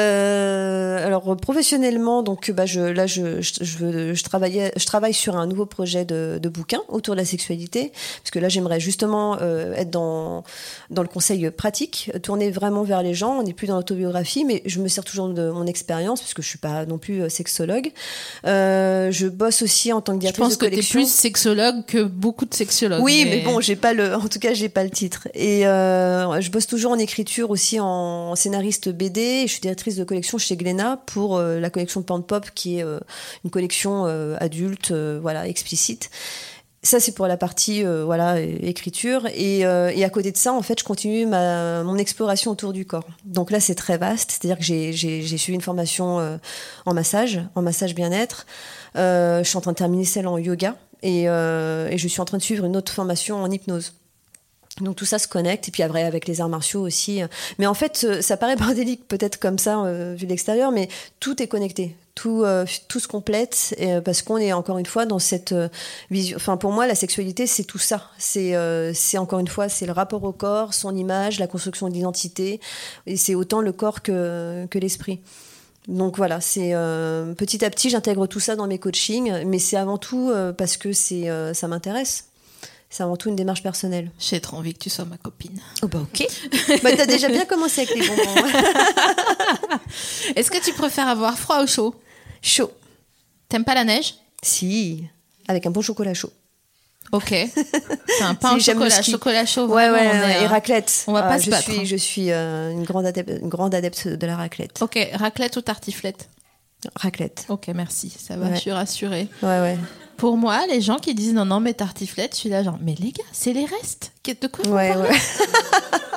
euh, Alors, professionnellement, donc, bah, je, là, je, je, je, je, travaillais, je travaille sur un nouveau projet de, de bouquin autour de la sexualité, parce que là, j'aimerais justement euh, être dans, dans le conseil pratique, tourner vraiment vers les gens. On n'est plus dans l'autobiographie, mais je me sers toujours de mon expérience, parce que je suis pas non plus sexologue. Euh, je bosse aussi en tant que Je directrice pense de que t'es collection. plus sexologue que beaucoup de sexologues. Oui, mais bon, j'ai pas le, en tout cas, j'ai pas le titre. Et euh, je bosse toujours en écriture. d'écriture aussi en scénariste B D. Et je suis directrice de collection chez Glénat pour euh, la collection Pan Pop, qui est euh, une collection euh, adulte, euh, voilà, explicite. Ça, c'est pour la partie euh, voilà, écriture. Et, euh, et à côté de ça, en fait, je continue ma, mon exploration autour du corps. Donc là, c'est très vaste. C'est-à-dire que j'ai, j'ai, j'ai suivi une formation euh, en massage, en massage bien-être. Euh, je suis en train de terminer celle en yoga. Et, euh, et je suis en train de suivre une autre formation en hypnose. Donc tout ça se connecte, et puis après avec les arts martiaux aussi. Mais en fait, ça paraît bordélique peut-être comme ça, euh, vu de l'extérieur, mais tout est connecté. Tout, euh, tout se complète, et, euh, parce qu'on est encore une fois dans cette euh, vision. Enfin, pour moi, la sexualité, c'est tout ça. C'est, euh, c'est encore une fois, c'est le rapport au corps, son image, la construction de l'identité. Et c'est autant le corps que, que l'esprit. Donc voilà, c'est euh, petit à petit, j'intègre tout ça dans mes coachings, mais c'est avant tout euh, parce que c'est, euh, ça m'intéresse. C'est avant tout une démarche personnelle. J'ai trop envie que tu sois ma copine. Oh bah ok. Bah t'as déjà bien commencé avec les bonbons. Est-ce que tu préfères avoir froid ou chaud ? Chaud. T'aimes pas la neige ? Si, avec un bon chocolat chaud. Ok. Enfin, pain au Si, j'aime le chocolat, ski. chocolat chaud. Ouais, vraiment, ouais, on est, et euh, raclette. on va pas Ah, se je battre, Suis, hein. Je suis euh, une, grande adepte, une grande adepte de la raclette. Ok, raclette ou tartiflette ? Raclette. Ok, merci. Ça va, Ouais. je suis rassurée. Ouais, ouais. Pour moi, les gens qui disent non, non, mais tartiflette, je suis là genre, mais les gars, c'est les restes. De quoi vous Ouais, parlez ? ouais. Vraiment ?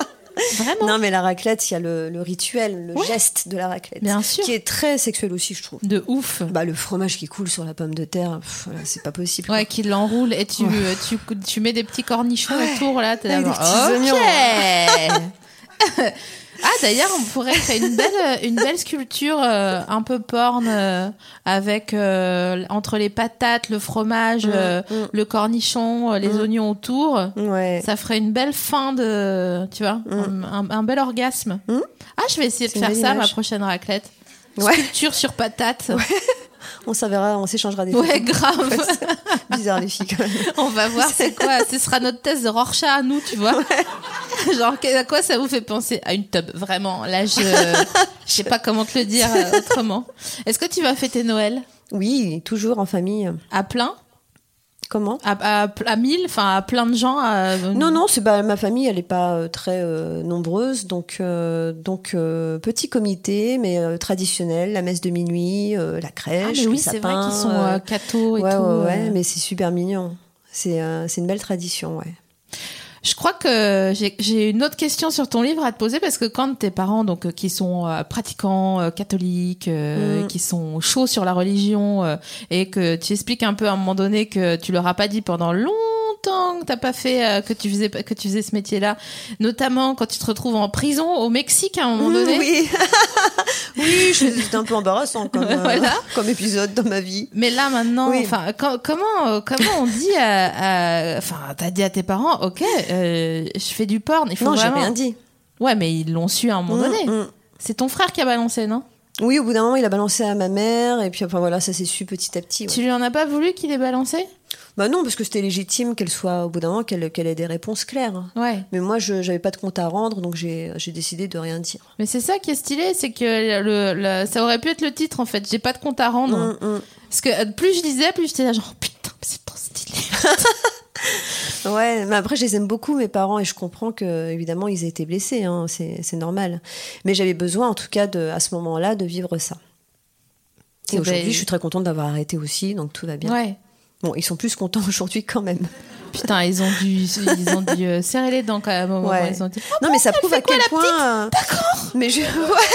Non, mais la raclette, il y a le, le rituel, le Ouais. geste de la raclette. Bien sûr. Qui est très sexuel aussi, je trouve. De ouf. Bah, le fromage qui coule sur la pomme de terre, pff, voilà, c'est pas possible. Ouais, qui l'enroule et tu, euh, tu, tu mets des petits cornichons Ouais. autour là. T'es là, Avec des genre, petits ok. oignons. Ah d'ailleurs, on pourrait créer une belle, une belle sculpture euh, un peu porn euh, avec euh, entre les patates, le fromage, euh, mm. le cornichon, euh, les Mm. oignons autour. Ouais. Ça ferait une belle fin de, tu vois, Mm. un, un bel orgasme. Mm. Ah, je vais essayer C'est de une faire belle ça, image. ma prochaine raclette. Ouais. Sculpture sur patate. On s'enverra, on s'échangera des Ouais, photos. grave. Ouais, c'est bizarre, les filles, quand même. On va voir c'est quoi. Ce sera notre test de Rorschach à nous, tu vois. Genre, à quoi ça vous fait penser ? À une tub, vraiment. Là, je je sais pas comment te le dire euh, autrement. Est-ce que tu vas fêter Noël Oui, toujours en famille. à plein ? Comment ? À, à, à mille, enfin à plein de gens à... Non, non, c'est bah, ma famille, elle n'est pas euh, très euh, nombreuse, donc, euh, donc euh, petit comité, mais euh, traditionnel, la messe de minuit, euh, la crèche, Ah, mais oui, le c'est vrai sapin, qu'ils sont euh, euh, cathos et ouais, tout. ouais, ouais, euh. mais c'est super mignon. C'est euh, c'est une belle tradition, ouais. Je crois que j'ai, j'ai une autre question sur ton livre à te poser parce que quand tes parents, donc euh, qui sont euh, pratiquants euh, catholiques, euh, Mm. qui sont chauds sur la religion, euh, et que tu expliques un peu à un moment donné que tu leur as pas dit pendant longtemps que t'as pas fait, euh, que tu faisais pas- que tu faisais ce métier-là, notamment quand tu te retrouves en prison au Mexique à un moment donné. Oui, oui, je- c'était un peu embarrassant comme, euh, Voilà. comme épisode dans ma vie. Mais là maintenant, Oui. enfin, quand- comment euh, comment on dit à, à- enfin, t'as dit à tes parents, ok, euh, je fais du porn, il faut Non, j'ai vraiment. rien dit. Ouais, mais ils l'ont su à un moment Mm, donné. mm. C'est ton frère qui a balancé, non ? Oui, au bout d'un moment, il a balancé à ma mère, et puis enfin voilà, ça s'est su petit à petit. Ouais. Tu lui en as pas voulu qu'il ait balancé ? Bah non, parce que c'était légitime qu'elle soit, au bout d'un moment, qu'elle qu'elle ait des réponses claires. Ouais. Mais moi, je j'avais pas de compte à rendre, donc j'ai j'ai décidé de rien dire. Mais c'est ça qui est stylé, c'est que le, le- ça aurait pu être le titre en fait. J'ai pas de compte à rendre. Mm, mm. Parce que euh, plus je disais, plus j'étais là genre putain, mais c'est trop stylé. Ouais, mais après, je les aime beaucoup, mes parents, et je comprends que, évidemment, ils aient été blessés, hein, c'est c'est normal. Mais j'avais besoin, en tout cas, de, à ce moment-là, de vivre ça. Et Eh aujourd'hui, ben, je suis très contente d'avoir arrêté aussi, donc tout va bien. Ouais. Bon, ils sont plus contents aujourd'hui quand même. Putain, ils ont dû, ils ont dû euh, serrer les dents quand même au moment Ouais. où ils ont dit. Oh, Non, mais ça elle prouve fait à quoi, quel la point. petite euh, D'accord. Mais je. Ouais.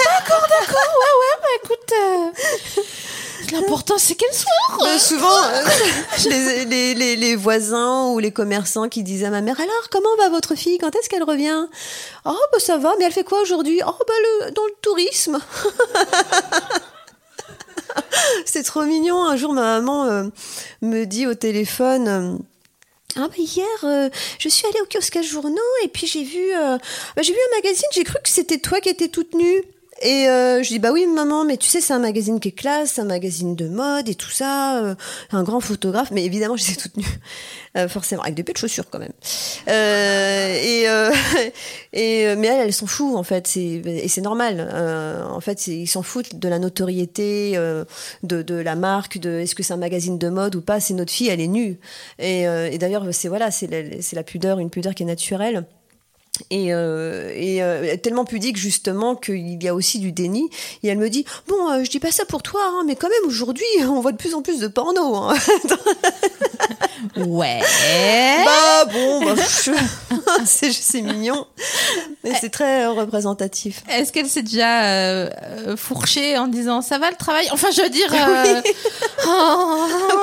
Bah écoute, euh, l'important c'est qu'elle soit. Euh, souvent, euh, les, les, les, les voisins ou les commerçants qui disaient à ma mère, alors comment va votre fille, quand est-ce qu'elle revient? Oh bah ça va, mais elle fait quoi aujourd'hui? Oh bah le, dans le tourisme. C'est trop mignon. Un jour, ma maman euh, me dit au téléphone. euh, Ah bah hier, euh, je suis allée au kiosque à journaux et puis j'ai vu, euh, bah, j'ai vu un magazine, j'ai cru que c'était toi qui étais toute nue. Et euh, je dis bah oui maman, mais tu sais c'est un magazine qui est classe, c'est un magazine de mode et tout ça, euh, un grand photographe, mais évidemment j'étais toute nue, euh, forcément avec des pets de chaussures quand même. Euh, et euh, et euh, mais elle, elle s'en fout en fait, c'est et c'est normal. Euh, en fait, c'est, ils s'en foutent de la notoriété, euh, de de la marque, de est-ce que c'est un magazine de mode ou pas. C'est notre fille, elle est nue. Et, euh, et d'ailleurs c'est voilà, c'est la, c'est la pudeur, une pudeur qui est naturelle. Et, euh, et euh, tellement pudique justement qu'il y a aussi du déni. Et elle me dit bon, euh, je dis pas ça pour toi, hein, mais quand même aujourd'hui, on voit de plus en plus de porno. Hein. Ouais. Bah bon, bah, je... c'est, c'est mignon, mais c'est très euh, représentatif. Est-ce qu'elle s'est déjà euh, euh, fourchée en disant ça va le travail? Enfin, je veux dire. Euh... Oui. Oh.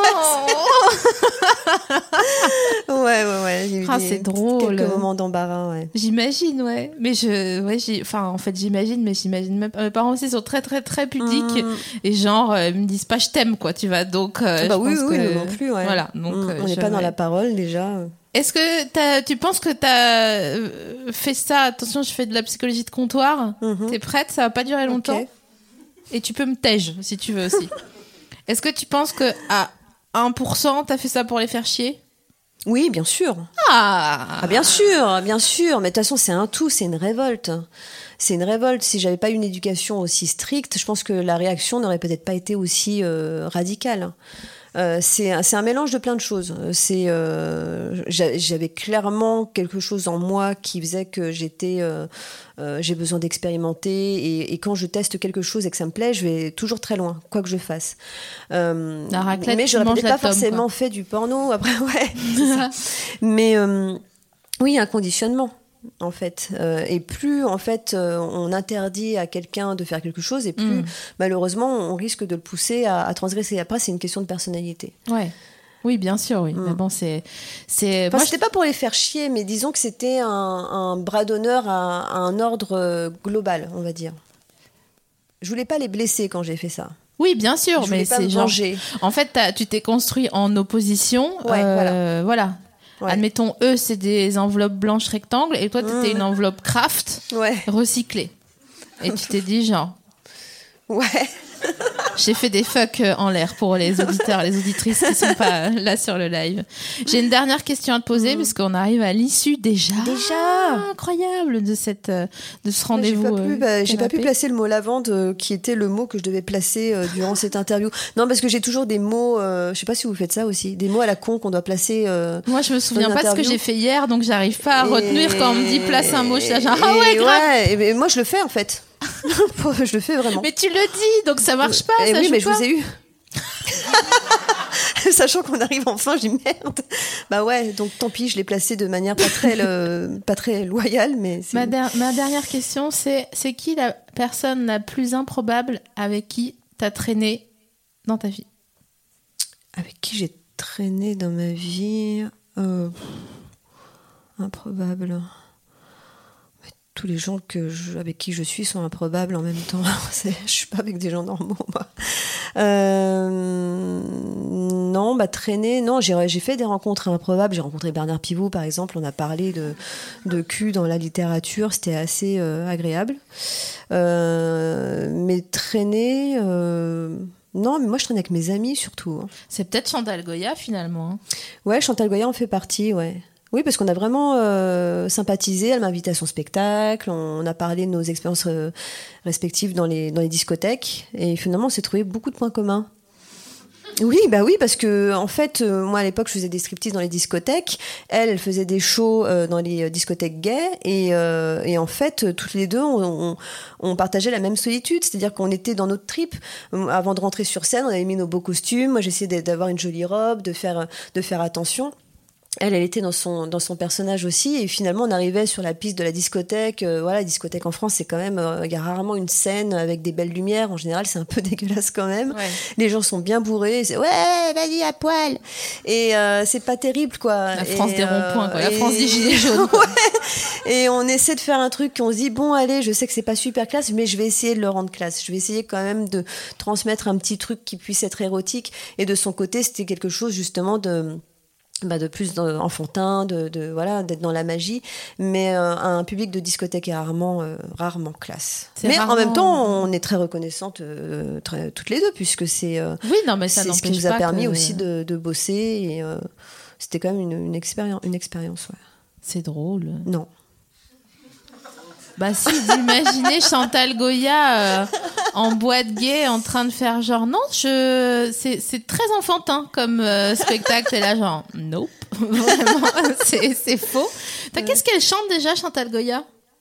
Ouais, ouais, ouais. J'ai eu Ah, des- c'est drôle. Quelques moments d'embarras, ouais. J'imagine, ouais. Mais je, ouais, j'ai, enfin, en fait, j'imagine, mais j'imagine même. Mes parents aussi sont très, très, très pudiques Mm. et genre, euh, ils me disent pas je t'aime, quoi, tu vois. Donc, euh, Bah je oui, pense oui, que... nous non plus, ouais. Voilà. Donc, Mm. euh, On n'est je- pas dans ouais. la parole déjà. Est-ce que t'as, tu penses que t'as euh, fait ça? Attention, je fais de la psychologie de comptoir. Mhm. T'es prête? Ça va pas durer longtemps. Ok. Et tu peux me tège si tu veux aussi. Est-ce que tu penses que à un pour cent t'as fait ça pour les faire chier? Oui, bien sûr. Ah, Ah, bien sûr, bien sûr. Mais de toute façon, c'est un tout, c'est une révolte. C'est une révolte. Si j'avais pas eu une éducation aussi stricte, je pense que la réaction n'aurait peut-être pas été aussi euh, radicale. Euh, c'est, un- c'est un mélange de plein de choses. C'est, euh, j'a- j'avais clairement quelque chose en moi qui faisait que j'étais, euh, euh, j'ai besoin d'expérimenter. Et, et quand je teste quelque chose et que ça me plaît, je vais toujours très loin, quoi que je fasse. Euh, La raclette, mais tu j'aurais manges peut-être la pas tome, forcément quoi. fait du porno. Après, ouais. c'est ça. Mais euh, oui, il y a un conditionnement. En fait, euh, et plus en fait euh, on interdit à quelqu'un de faire quelque chose, et plus Mm. malheureusement on risque de le pousser à, à transgresser. Après, c'est une question de personnalité. ouais. Oui, bien sûr, oui. Mm. Mais bon, c'est, c'est. Enfin, moi, c'était pas pour les faire chier, mais disons que c'était un, un bras d'honneur à, à un ordre euh, global, on va dire. Je voulais pas les blesser quand j'ai fait ça. Oui, bien sûr, Je mais voulais pas c'est me genre. venger. En fait, t'as- tu t'es construit en opposition. Ouais, euh, voilà. Ouais. Admettons, eux, c'est des enveloppes blanches rectangles, et toi, t'étais Mm. une enveloppe craft Ouais, recyclée. Et tu t'es dit, genre, ouais. j'ai fait des fucks euh, en l'air pour les auditeurs, les auditrices qui sont pas euh, là sur le live. J'ai une dernière question à te poser, parce qu'on arrive à l'issue déjà. Déjà Incroyable de cette, euh, de ce J'ai rendez-vous. pas, pu, euh, bah, j'ai pas pu canapé. placer le mot lavande, euh, qui était le mot que je devais placer euh, durant cette interview. Non, parce que j'ai toujours des mots, euh, je sais pas si vous faites ça aussi, des mots à la con qu'on doit placer. euh, Moi, je me souviens une pas de ce que interview. j'ai fait hier, donc j'arrive pas à Et- retenir quand on me dit place un mot. Je suis là, genre, ah et ouais, grave. ouais, et ben, moi je le fais en fait. Je le fais vraiment. Mais tu le dis, donc ça marche pas. Eh ça oui, joue mais je pas. vous ai eu. Sachant qu'on arrive enfin, je dis merde. Bah ouais, donc tant pis, je l'ai placé de manière pas très, le- pas très loyale, mais c'est... Ma, der- ma dernière question, c'est c'est qui la personne la plus improbable avec qui t'as traîné dans ta vie? Avec qui j'ai traîné dans ma vie euh, Improbable. Mais tous les gens que je- avec qui je suis sont improbables en même temps. C'est- je suis pas avec des gens normaux, moi. Euh, non, bah traîner. Non, j'ai, j'ai fait des rencontres improbables. J'ai rencontré Bernard Pivot, par exemple. On a parlé de, de cul dans la littérature. C'était assez euh, agréable. Euh, mais traîner. Euh, non, mais moi je traîne avec mes amis surtout. hein. C'est peut-être Chantal Goya finalement. hein. Ouais, Chantal Goya en fait partie, ouais. Oui, parce qu'on a vraiment euh, sympathisé. Elle m'a invité à son spectacle. On a parlé de nos expériences euh, respectives dans les, dans les discothèques. Et finalement, on s'est trouvé beaucoup de points communs. Oui, bah oui, parce que en fait, euh, moi à l'époque, je faisais des striptease dans les discothèques. Elle, elle faisait des shows euh, dans les euh, discothèques gays. Et, euh, et en fait, euh, toutes les deux, on, on, on partageait la même solitude. C'est-à-dire qu'on était dans notre trip. Euh, Avant de rentrer sur scène, on avait mis nos beaux costumes. Moi, j'essayais d'avoir une jolie robe, de faire, de faire attention. Elle, elle était dans son, dans son personnage aussi, et finalement on arrivait sur la piste de la discothèque. Euh, voilà, la discothèque en France, c'est quand même, il euh, y a rarement une scène avec des belles lumières. En général, c'est un peu dégueulasse quand même. Ouais. Les gens sont bien bourrés, c'est ouais, vas-y à poil. Et euh, c'est pas terrible quoi. La France Et, des euh, ronds-points, quoi. La et- France des gilets jaunes. quoi. Ouais. Et on essaie de faire un truc qu'on se dit bon allez, je sais que c'est pas super classe, mais je vais essayer de le rendre classe. Je vais essayer quand même de transmettre un petit truc qui puisse être érotique. Et de son côté, c'était quelque chose justement de Bah de plus de- enfantin, de, de voilà, d'être dans la magie, mais euh, un public de discothèque est rarement, euh, rarement classe. C'est Mais rarement- en même temps, on est très reconnaissantes euh, très- toutes les deux, puisque c'est euh, Oui, non, mais ça c'est ce qui n'empêche nous a pas permis que- aussi de, de bosser. Et euh, c'était quand même une, une expérience, une expérience. Ouais. C'est drôle. Non. Bah si, vous imaginez Chantal Goya euh, en boîte gay en train de faire genre non, je c'est c'est très enfantin comme euh, spectacle. Et là genre nope, vraiment c'est c'est faux. Toi, qu'est-ce qu'elle chante déjà, Chantal Goya?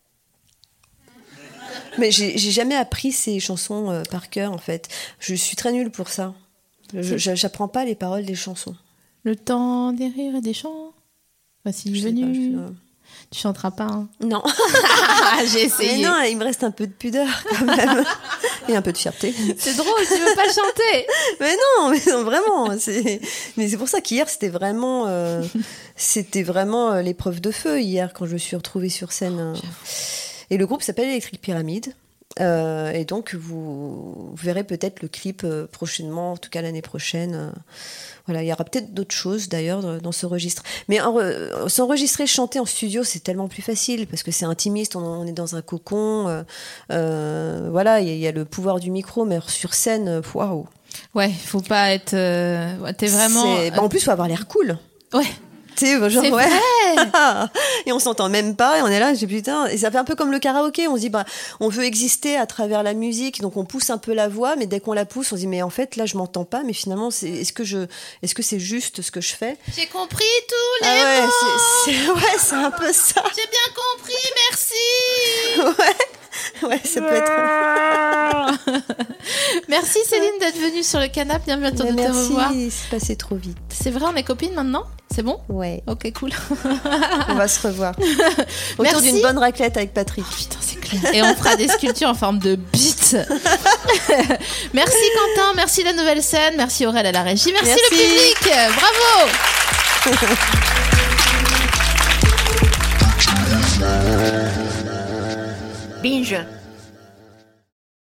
Mais j'ai, j'ai jamais appris ces chansons euh, par cœur en fait. Je suis très nulle pour ça. Je, je, j'apprends pas les paroles des chansons. Le temps des rires et des chants. Voici Je sais venu. pas, je sais pas. Tu chanteras pas, hein? Non. J'ai essayé. Mais non, il me reste un peu de pudeur quand même. Et un peu de fierté. C'est drôle, tu veux pas chanter? Mais non, mais non, vraiment. C'est... Mais c'est pour ça qu'hier, c'était vraiment, euh, c'était vraiment euh, l'épreuve de feu hier quand je me suis retrouvée sur scène. euh. Et le groupe s'appelle Electric Pyramid. Euh, et donc, vous, vous verrez peut-être le clip euh, prochainement, en tout cas l'année prochaine. Euh, voilà, il y aura peut-être d'autres choses d'ailleurs dans, dans ce registre. Mais en, euh, s'enregistrer, chanter en studio, c'est tellement plus facile parce que c'est intimiste, on, on est dans un cocon. Euh, euh, voilà, il y, y a le pouvoir du micro, mais sur scène, waouh. Ouais, faut pas être. Euh... ouais, t'es vraiment. C'est... Bah, en plus, faut avoir l'air cool. Ouais. Tu sais, genre, C'est ouais. vrai. Et on s'entend même pas, et on est là, j'ai putain. Et ça fait un peu comme le karaoké, on se dit, bah, on veut exister à travers la musique, donc on pousse un peu la voix, mais dès qu'on la pousse, on se dit, mais en fait, là, je m'entends pas, mais finalement, c'est, est-ce que je, est-ce que c'est juste ce que je fais? J'ai compris tous les Ah ouais, mots. c'est, c'est, ouais, c'est un peu ça. J'ai bien compris, merci. Ouais. Ouais, ça peut être. Merci Céline d'être venue sur le canapé, bien bientôt Mais de merci, te revoir. c'est passé trop vite. C'est vrai, on est copines maintenant? C'est bon? Ouais. Ok, cool. On va se revoir. Autour Merci. d'une bonne raclette avec Patrick. Putain, c'est clair. Et on fera des sculptures en forme de bite. Merci Quentin, merci la nouvelle scène, merci Aurèle à la régie, merci, Merci. le public, bravo. Binge.